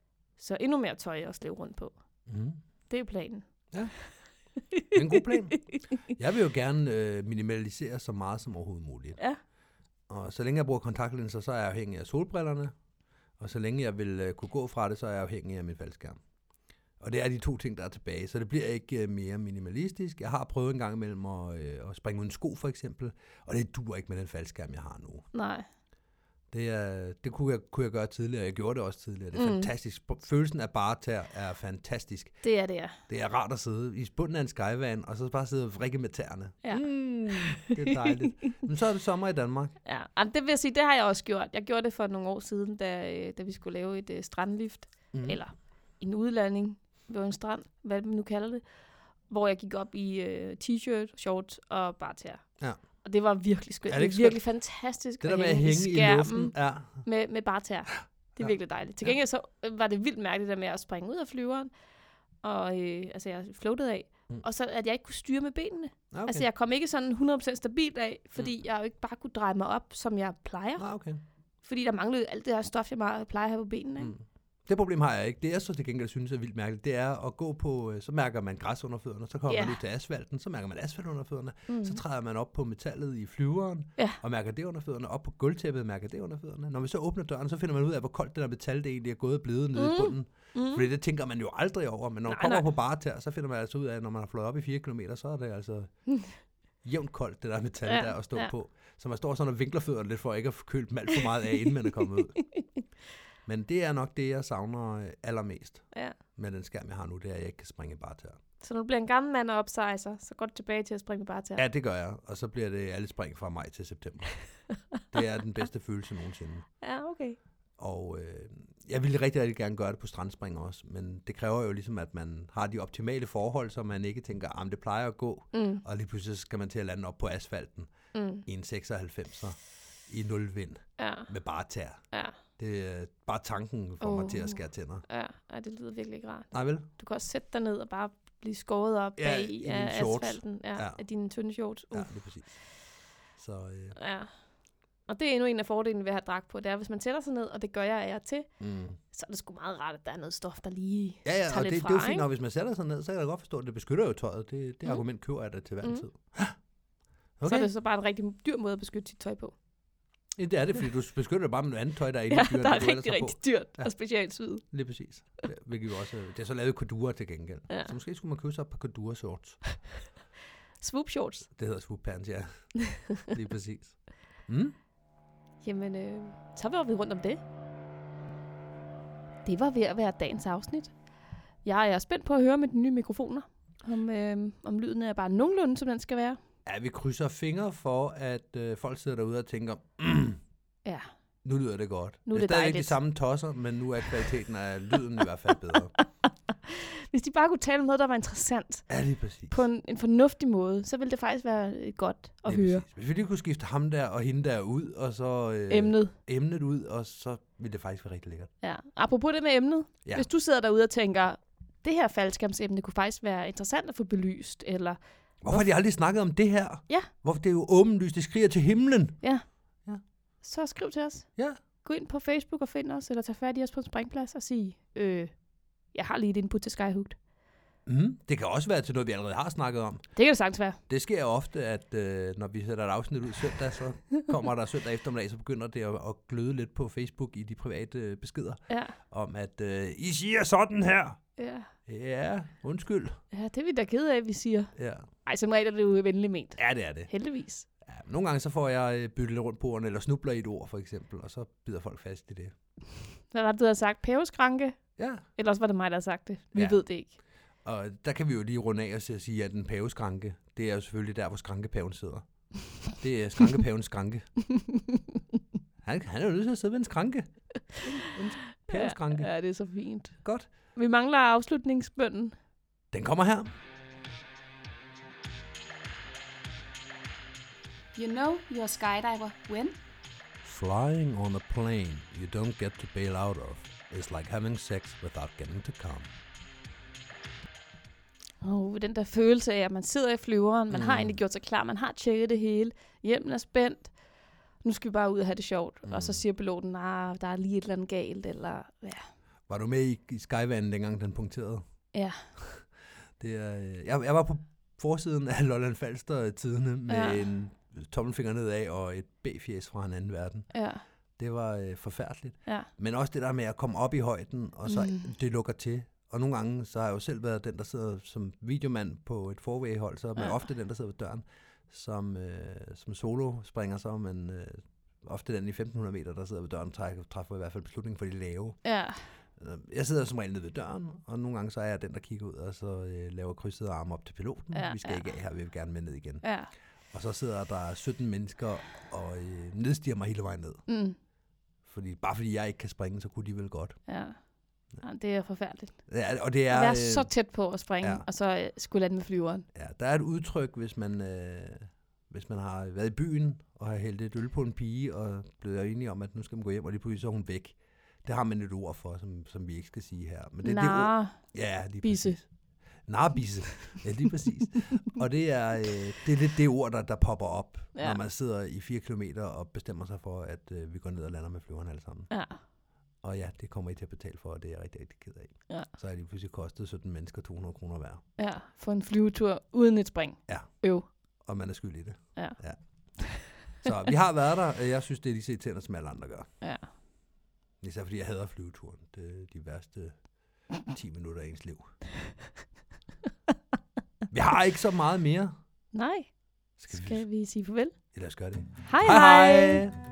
Så endnu mere tøj at slæve rundt på. Mm. Det er planen. Ja. Det er en god plan. Jeg vil jo gerne øh, minimalisere så meget som overhovedet muligt. Ja. Og så længe jeg bruger kontaktlinser, så er jeg afhængig af solbrillerne. Og så længe jeg vil øh, kunne gå fra det, så er jeg afhængig af mit faldskærm. Og det er de to ting, der er tilbage. Så det bliver ikke øh, mere minimalistisk. Jeg har prøvet en gang imellem at, øh, at springe uden sko, for eksempel. Og det duer ikke med den faldskærm, jeg har nu. Nej. Det, er, det kunne, jeg, kunne jeg gøre tidligere. Jeg gjorde det også tidligere. Det er Mm. fantastisk. Følelsen af bare tær er fantastisk. Det er det, ja. Det er rart at sidde i bunden af en skyvan, og så bare sidde og vrikke med tæerne. Ja. Mm, det er dejligt. Men så er det sommer i Danmark. Ja, altså, det vil jeg sige, det har jeg også gjort. Jeg gjorde det for nogle år siden, da, øh, da vi skulle lave et uh, strandlift, Mm. mm. eller en udlanding ved en strand, hvad man nu kalder det, hvor jeg gik op i uh, t-shirt, shorts og bare tæer. Ja. Og det var virkelig skønt. Er det Det, ikke det var virkelig fantastisk Det der med at hænge i, skærmen luften. Ja. med, med bare tæer. Det er Ja. virkelig dejligt. Til gengæld så øh, var det vildt mærkeligt der med at springe ud af flyveren, og øh, altså jeg floatede af, Mm. og så at jeg ikke kunne styre med benene. Okay. Altså jeg kom ikke sådan hundrede procent stabilt af, fordi mm. jeg jo ikke bare kunne dreje mig op, som jeg plejer. Ah, okay. Fordi der manglede alt det her stof, jeg meget plejer at have på benene. Ikke? Mm. Det problem har jeg ikke. Det jeg så til gengæld synes er vildt mærkeligt, det er at gå på, øh, så mærker man græs under fødderne, så kommer Ja. man ud til asfalten, så mærker man asfalt under fødderne, Mm. så træder man op på metallet i flyveren, Ja. og mærker det under fødderne, op på gulvtæppet mærker det under fødderne. Når vi så åbner døren, så finder man ud af, hvor koldt det der metal det egentlig er gået og blevet nede Mm. i bunden. Mm. Fordi det tænker man jo aldrig over, men når man Nej, kommer nej. på bare tær, så finder man altså ud af, at når man har fløjet op i fire kilometer, så er det altså jævnt koldt, det der metal Ja, der at stå ja. på. Så man står sådan og vinkler fødderne lidt for ikke at få kølt dem alt for meget af, inden man er kommet ud. Men det er nok det, jeg savner øh, allermest Ja. med den skærm, jeg har nu, det er, at jeg ikke kan springe i bare tær. Så når du bliver en gammel mand og upsizer, så går du tilbage til at springe med bare tæer. Ja, det gør jeg, og så bliver det alle spring fra maj til september. Det er den bedste følelse nogensinde. Ja, okay. Og øh, jeg ville rigtig, rigtig gerne gøre det på strandspring også, men det kræver jo ligesom, at man har de optimale forhold, så man ikke tænker, at det plejer at gå, Mm. og lige pludselig skal man til at lande op på asfalten Mm. i en seksoghalvfemser i nul vind Ja, med bare tær. ja, Det er bare tanken får oh. mig til at skære tænder. ja. Ja, det lyder virkelig ikke rart. Nej vel? Du kan også sætte dig ned og bare blive skåret op Ja, bag i af dine shorts. asfalten. Ja, Ja. af dine tynde shorts. Uh. Ja, det er præcis. Så øh, Ja. Og det er endnu en af fordelene ved at have dragt på. Det er, hvis man sætter sig ned, og det gør jeg af og til, mm. så er det sgu meget rart, at der er noget stof, der lige Ja, ja, tager og lidt det, fra, det er jo fint, ikke? og hvis man sætter sig ned, så kan jeg da godt forstå, at det beskytter jo tøjet. Det, det Mm. argument køber jeg da til hver en Mm. tid. Okay. Okay. Så er det så bare en rigtig dyr måde at beskytte sit tøj på. Ja, det er det, fordi du beskytter det bare med noget andet tøj, der er inde Ja, i dyren, der er end du ellers rigtig, har på. rigtig dyrt Ja. og specialsyet. Lige præcis. Ja, hvilket jo også, det er så lavet Cordura til gengæld. Ja. Så måske skulle man købe sig et par Cordura shorts. Swoop shorts. Det hedder swoop pants, ja. Lige præcis. Mm? Jamen, øh, så var vi rundt om det. det var ved at være dagens afsnit. Jeg er spændt på at høre med de nye mikrofoner, om, øh, om lyden er bare nogenlunde, som den skal være. Ja, vi krydser fingre for, at øh, folk sidder derude og tænker, mm, Ja. nu lyder det godt. Nu er det det er stadig ikke de dejligt. samme tosser, men nu er kvaliteten af lyden i hvert fald bedre. Hvis de bare kunne tale om noget, der var interessant, Ja, lige præcis. på en, en fornuftig måde, så ville det faktisk være godt at Lige høre præcis. Hvis vi lige kunne skifte ham der og hende der ud, og så øh, emnet. emnet ud, og så ville det faktisk være rigtig lækkert. Ja. Apropos det med emnet. Ja. Hvis du sidder derude og tænker, det her faldskærmsemne kunne faktisk være interessant at få belyst, eller Hvorfor har de aldrig snakket om det her? Ja. Hvorfor det er jo åbenlyst, det skriger til himlen. så skriv til os. Ja. Gå ind på Facebook og find os, eller tag fat i os på en springplads og sige, øh, jeg har lige et input til Skyhooked. Mm. Det kan også være til noget, vi allerede har snakket om. Det kan det sagtens være. Det sker jo ofte, at øh, når vi sætter et afsnit ud søndag, så kommer der søndag eftermiddag, så begynder det at, at gløde lidt på Facebook i de private øh, beskeder, Ja. om at øh, I siger sådan her. Ja. Ja, undskyld. Ja, det er vi da ked af, vi siger. Ja, Ej, som regel er det jo venligt ment. ja det er det. Heldigvis. Ja, nogle gange så får jeg øh, byttet lidt rundt på ordene, eller snubler i et ord for eksempel, og så bider folk fast i det. Hvad var det, du havde sagt? Pæveskranke? Ja, Ellers var det mig, der havde sagt det. Vi Ja. ved det ikke. og der kan vi jo lige runde af og så sige, at den paveskranke, det er jo selvfølgelig der, hvor skrankepaven sidder. Det er skrankepavens skranke. Han, han er jo nødt til at sidde ved en skranke. En paveskranke. Ja, ja, det er så fint. Godt. Vi mangler afslutningsbønnen. Den kommer her. You know you're a skydiver when? Flying on a plane you don't get to bail out of is like having sex without getting to come. Oh, den der følelse af, at man sidder i flyveren, man mm. har Mm. egentlig gjort sig klar, man har tjekket det hele, hjelmen er spændt, nu skal vi bare ud og have det sjovt. Mm. Og så siger piloten, nah, der er lige et eller andet galt, eller ja. Var du med i, i Skyvanden, dengang den punkterede? Ja. Det er, øh, jeg, jeg var på forsiden af Lolland Falster-tidene med Ja. en tommelfinger nedad og et B-fjes fra en anden verden. Ja. Det var øh, forfærdeligt. Ja. Men også det der med at komme op i højden, og så Mm. mm. det lukker til. Og nogle gange, så har jeg jo selv været den, der sidder som videomand på et forvæghold, så er man Ja. ofte den, der sidder ved døren, som, øh, som solo springer så, men øh, ofte den i femten hundrede meter, der sidder ved døren, trækker, træffer i hvert fald beslutningen for de lave. Ja. Jeg sidder som regel nede ved døren, og nogle gange så er jeg den, der kigger ud, og så øh, laver krydsede arme op til piloten. Ja, Vi skal ja. ikke af her, vi vil gerne med ned igen. Ja. Og så sidder der sytten mennesker og øh, nedstiger mig hele vejen ned. Mm. Fordi, bare fordi jeg ikke kan springe, så kunne de vel godt. Ja. Ja, det er forfærdeligt. Ja, og det er, At være øh, så tæt på at springe, ja. og så øh, skulle lande med flyveren. ja, der er et udtryk, hvis man, øh, hvis man har været i byen og har hældt et øl på en pige og blevet enige om, at nu skal man gå hjem, og lige pludselig så er hun væk. Det har man et ord for, som, som vi ikke skal sige her. Men det, det ord, Nah, ja, lige bisse. præcis. Narbisse. Ja, lige præcis. Og det er, øh, det er lidt det ord, der, der popper op, Ja. når man sidder i fire kilometer og bestemmer sig for, at øh, vi går ned og lander med flyveren alle sammen. Ja. Og ja, det kommer I til at betale for, og det er jeg rigtig, rigtig ked af. Ja. Så er det lige pludselig kostet sytten mennesker to hundrede kroner hver. Ja, for en flyvetur uden et spring. Ja. Øv. Og man er skyld i det. Ja. ja. Så vi har været der. Jeg synes, det er lige så irriterende, som alle andre gør. Ja. Især fordi jeg hader flyveturen. Det er de værste ti minutter af ens liv. Vi har ikke så meget mere. Nej. Skal, vi? Skal vi sige farvel? Lad os gøre det. Hej Hej hej! hej!